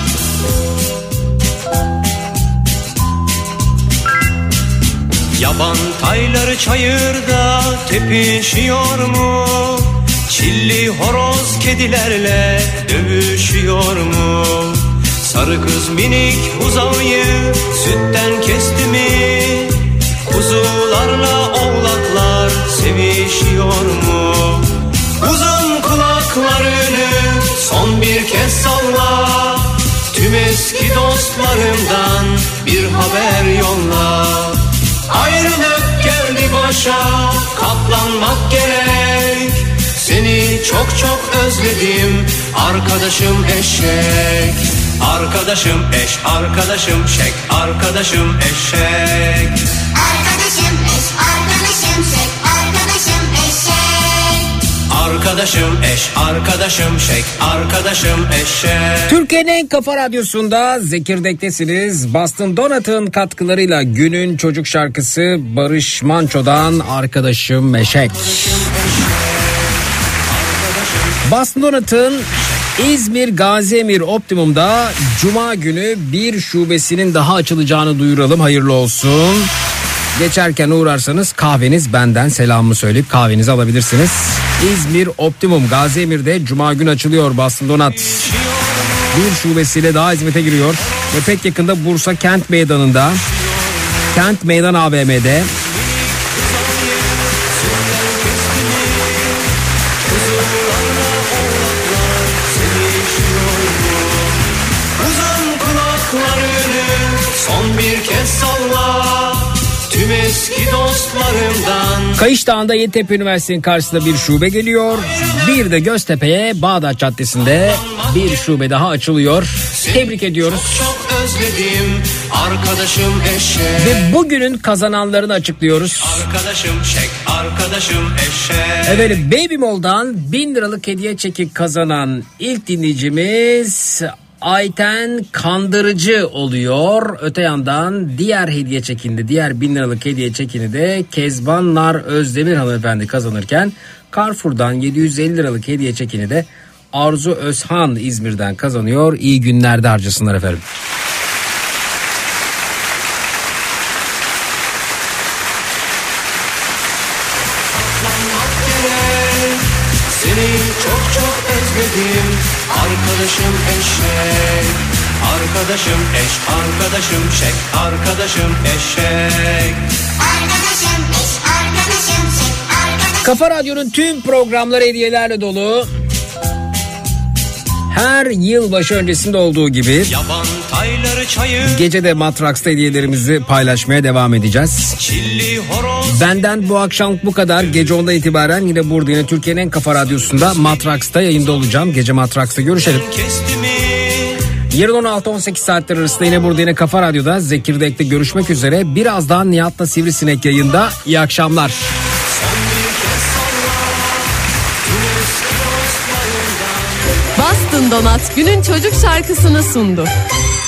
L: Yaban tayları çayırda tepişiyor mu? Çilli horoz kedilerle dövüşüyor mu? Sarı kız minik buzağıyı sütten kesti mi? Kuzularla oğlaklar sevişiyor mu? Uzun kulaklarını son bir kez salla, tüm eski dostlarımdan bir haber yolla. Ayrılık geldi başa, katlanmak gerek. Seni çok çok özledim, arkadaşım eşek. Arkadaşım eş, arkadaşım şek, arkadaşım eşek.
M: Arkadaşım eş, arkadaşım şek, arkadaşım eşek.
L: Arkadaşım eş, arkadaşım şek, arkadaşım eşek.
J: Türkiye'nin en kafa radyosunda Zekirdek'tesiniz. Boston Donat'ın katkılarıyla günün çocuk şarkısı Barış Manço'dan Arkadaşım Eşek. Boston Donat'ın İzmir Gaziemir Optimum'da Cuma günü bir şubesinin daha açılacağını duyuralım. Hayırlı olsun. Geçerken uğrarsanız kahveniz benden selamımı söyleyip kahvenizi alabilirsiniz. İzmir Optimum Gaziemir'de Cuma günü açılıyor Boston Donut. Bir şubesiyle daha hizmete giriyor. Ve pek yakında Bursa Kent Meydanı'nda, Kent Meydan AVM'de
L: son bir kez salla tüm eski dostlarımdan.
J: Kayış Dağı'nda Yeditepe Üniversitesi'nin karşısında bir şube geliyor. Bir de Göztepe'ye Bağdat Caddesi'nde bir şube daha açılıyor. Tebrik ediyoruz.
L: Çok özledim arkadaşım eşek.
J: Ve bugünün kazananlarını açıklıyoruz.
L: Arkadaşım şek, arkadaşım eşek.
J: Efendim Baby Mall'dan 1000 liralık hediye çeki kazanan ilk dinleyicimiz Ayten Kandırıcı oluyor. Öte yandan diğer hediye çekini, diğer 1000 liralık hediye çekini de Kezban Nar Özdemir hanımefendi kazanırken Carrefour'dan 750 liralık hediye çekini de Arzu Özhan İzmir'den kazanıyor. İyi günlerde harcasınlar efendim.
L: Seni çok çok özledim arkadaşım eşek. Arkadaşım eş, arkadaşım şek, arkadaşım eşek.
M: Arkadaşım eş, arkadaşım şek, arkadaşım.
J: Kafa Radyo'nun tüm programları hediyelerle dolu. Her yılbaşı öncesinde olduğu gibi
L: Yaban tayları çayır,
J: gece de Matrax'ta hediyelerimizi paylaşmaya devam edeceğiz.
L: çilli horoz.
J: Benden bu akşam bu kadar. Gece 10'dan itibaren yine burada, yine Türkiye'nin en kafa radyosunda Matrax'ta yayında olacağım. Gece Matrax'ta görüşelim. Yarın 16-18 saatler arasında yine burada, yine Kafa Radyo'da Zekirdek'te görüşmek üzere. Birazdan Nihat'la Sivrisinek yayında. İyi akşamlar.
B: Boston Donut günün çocuk şarkısını sundu.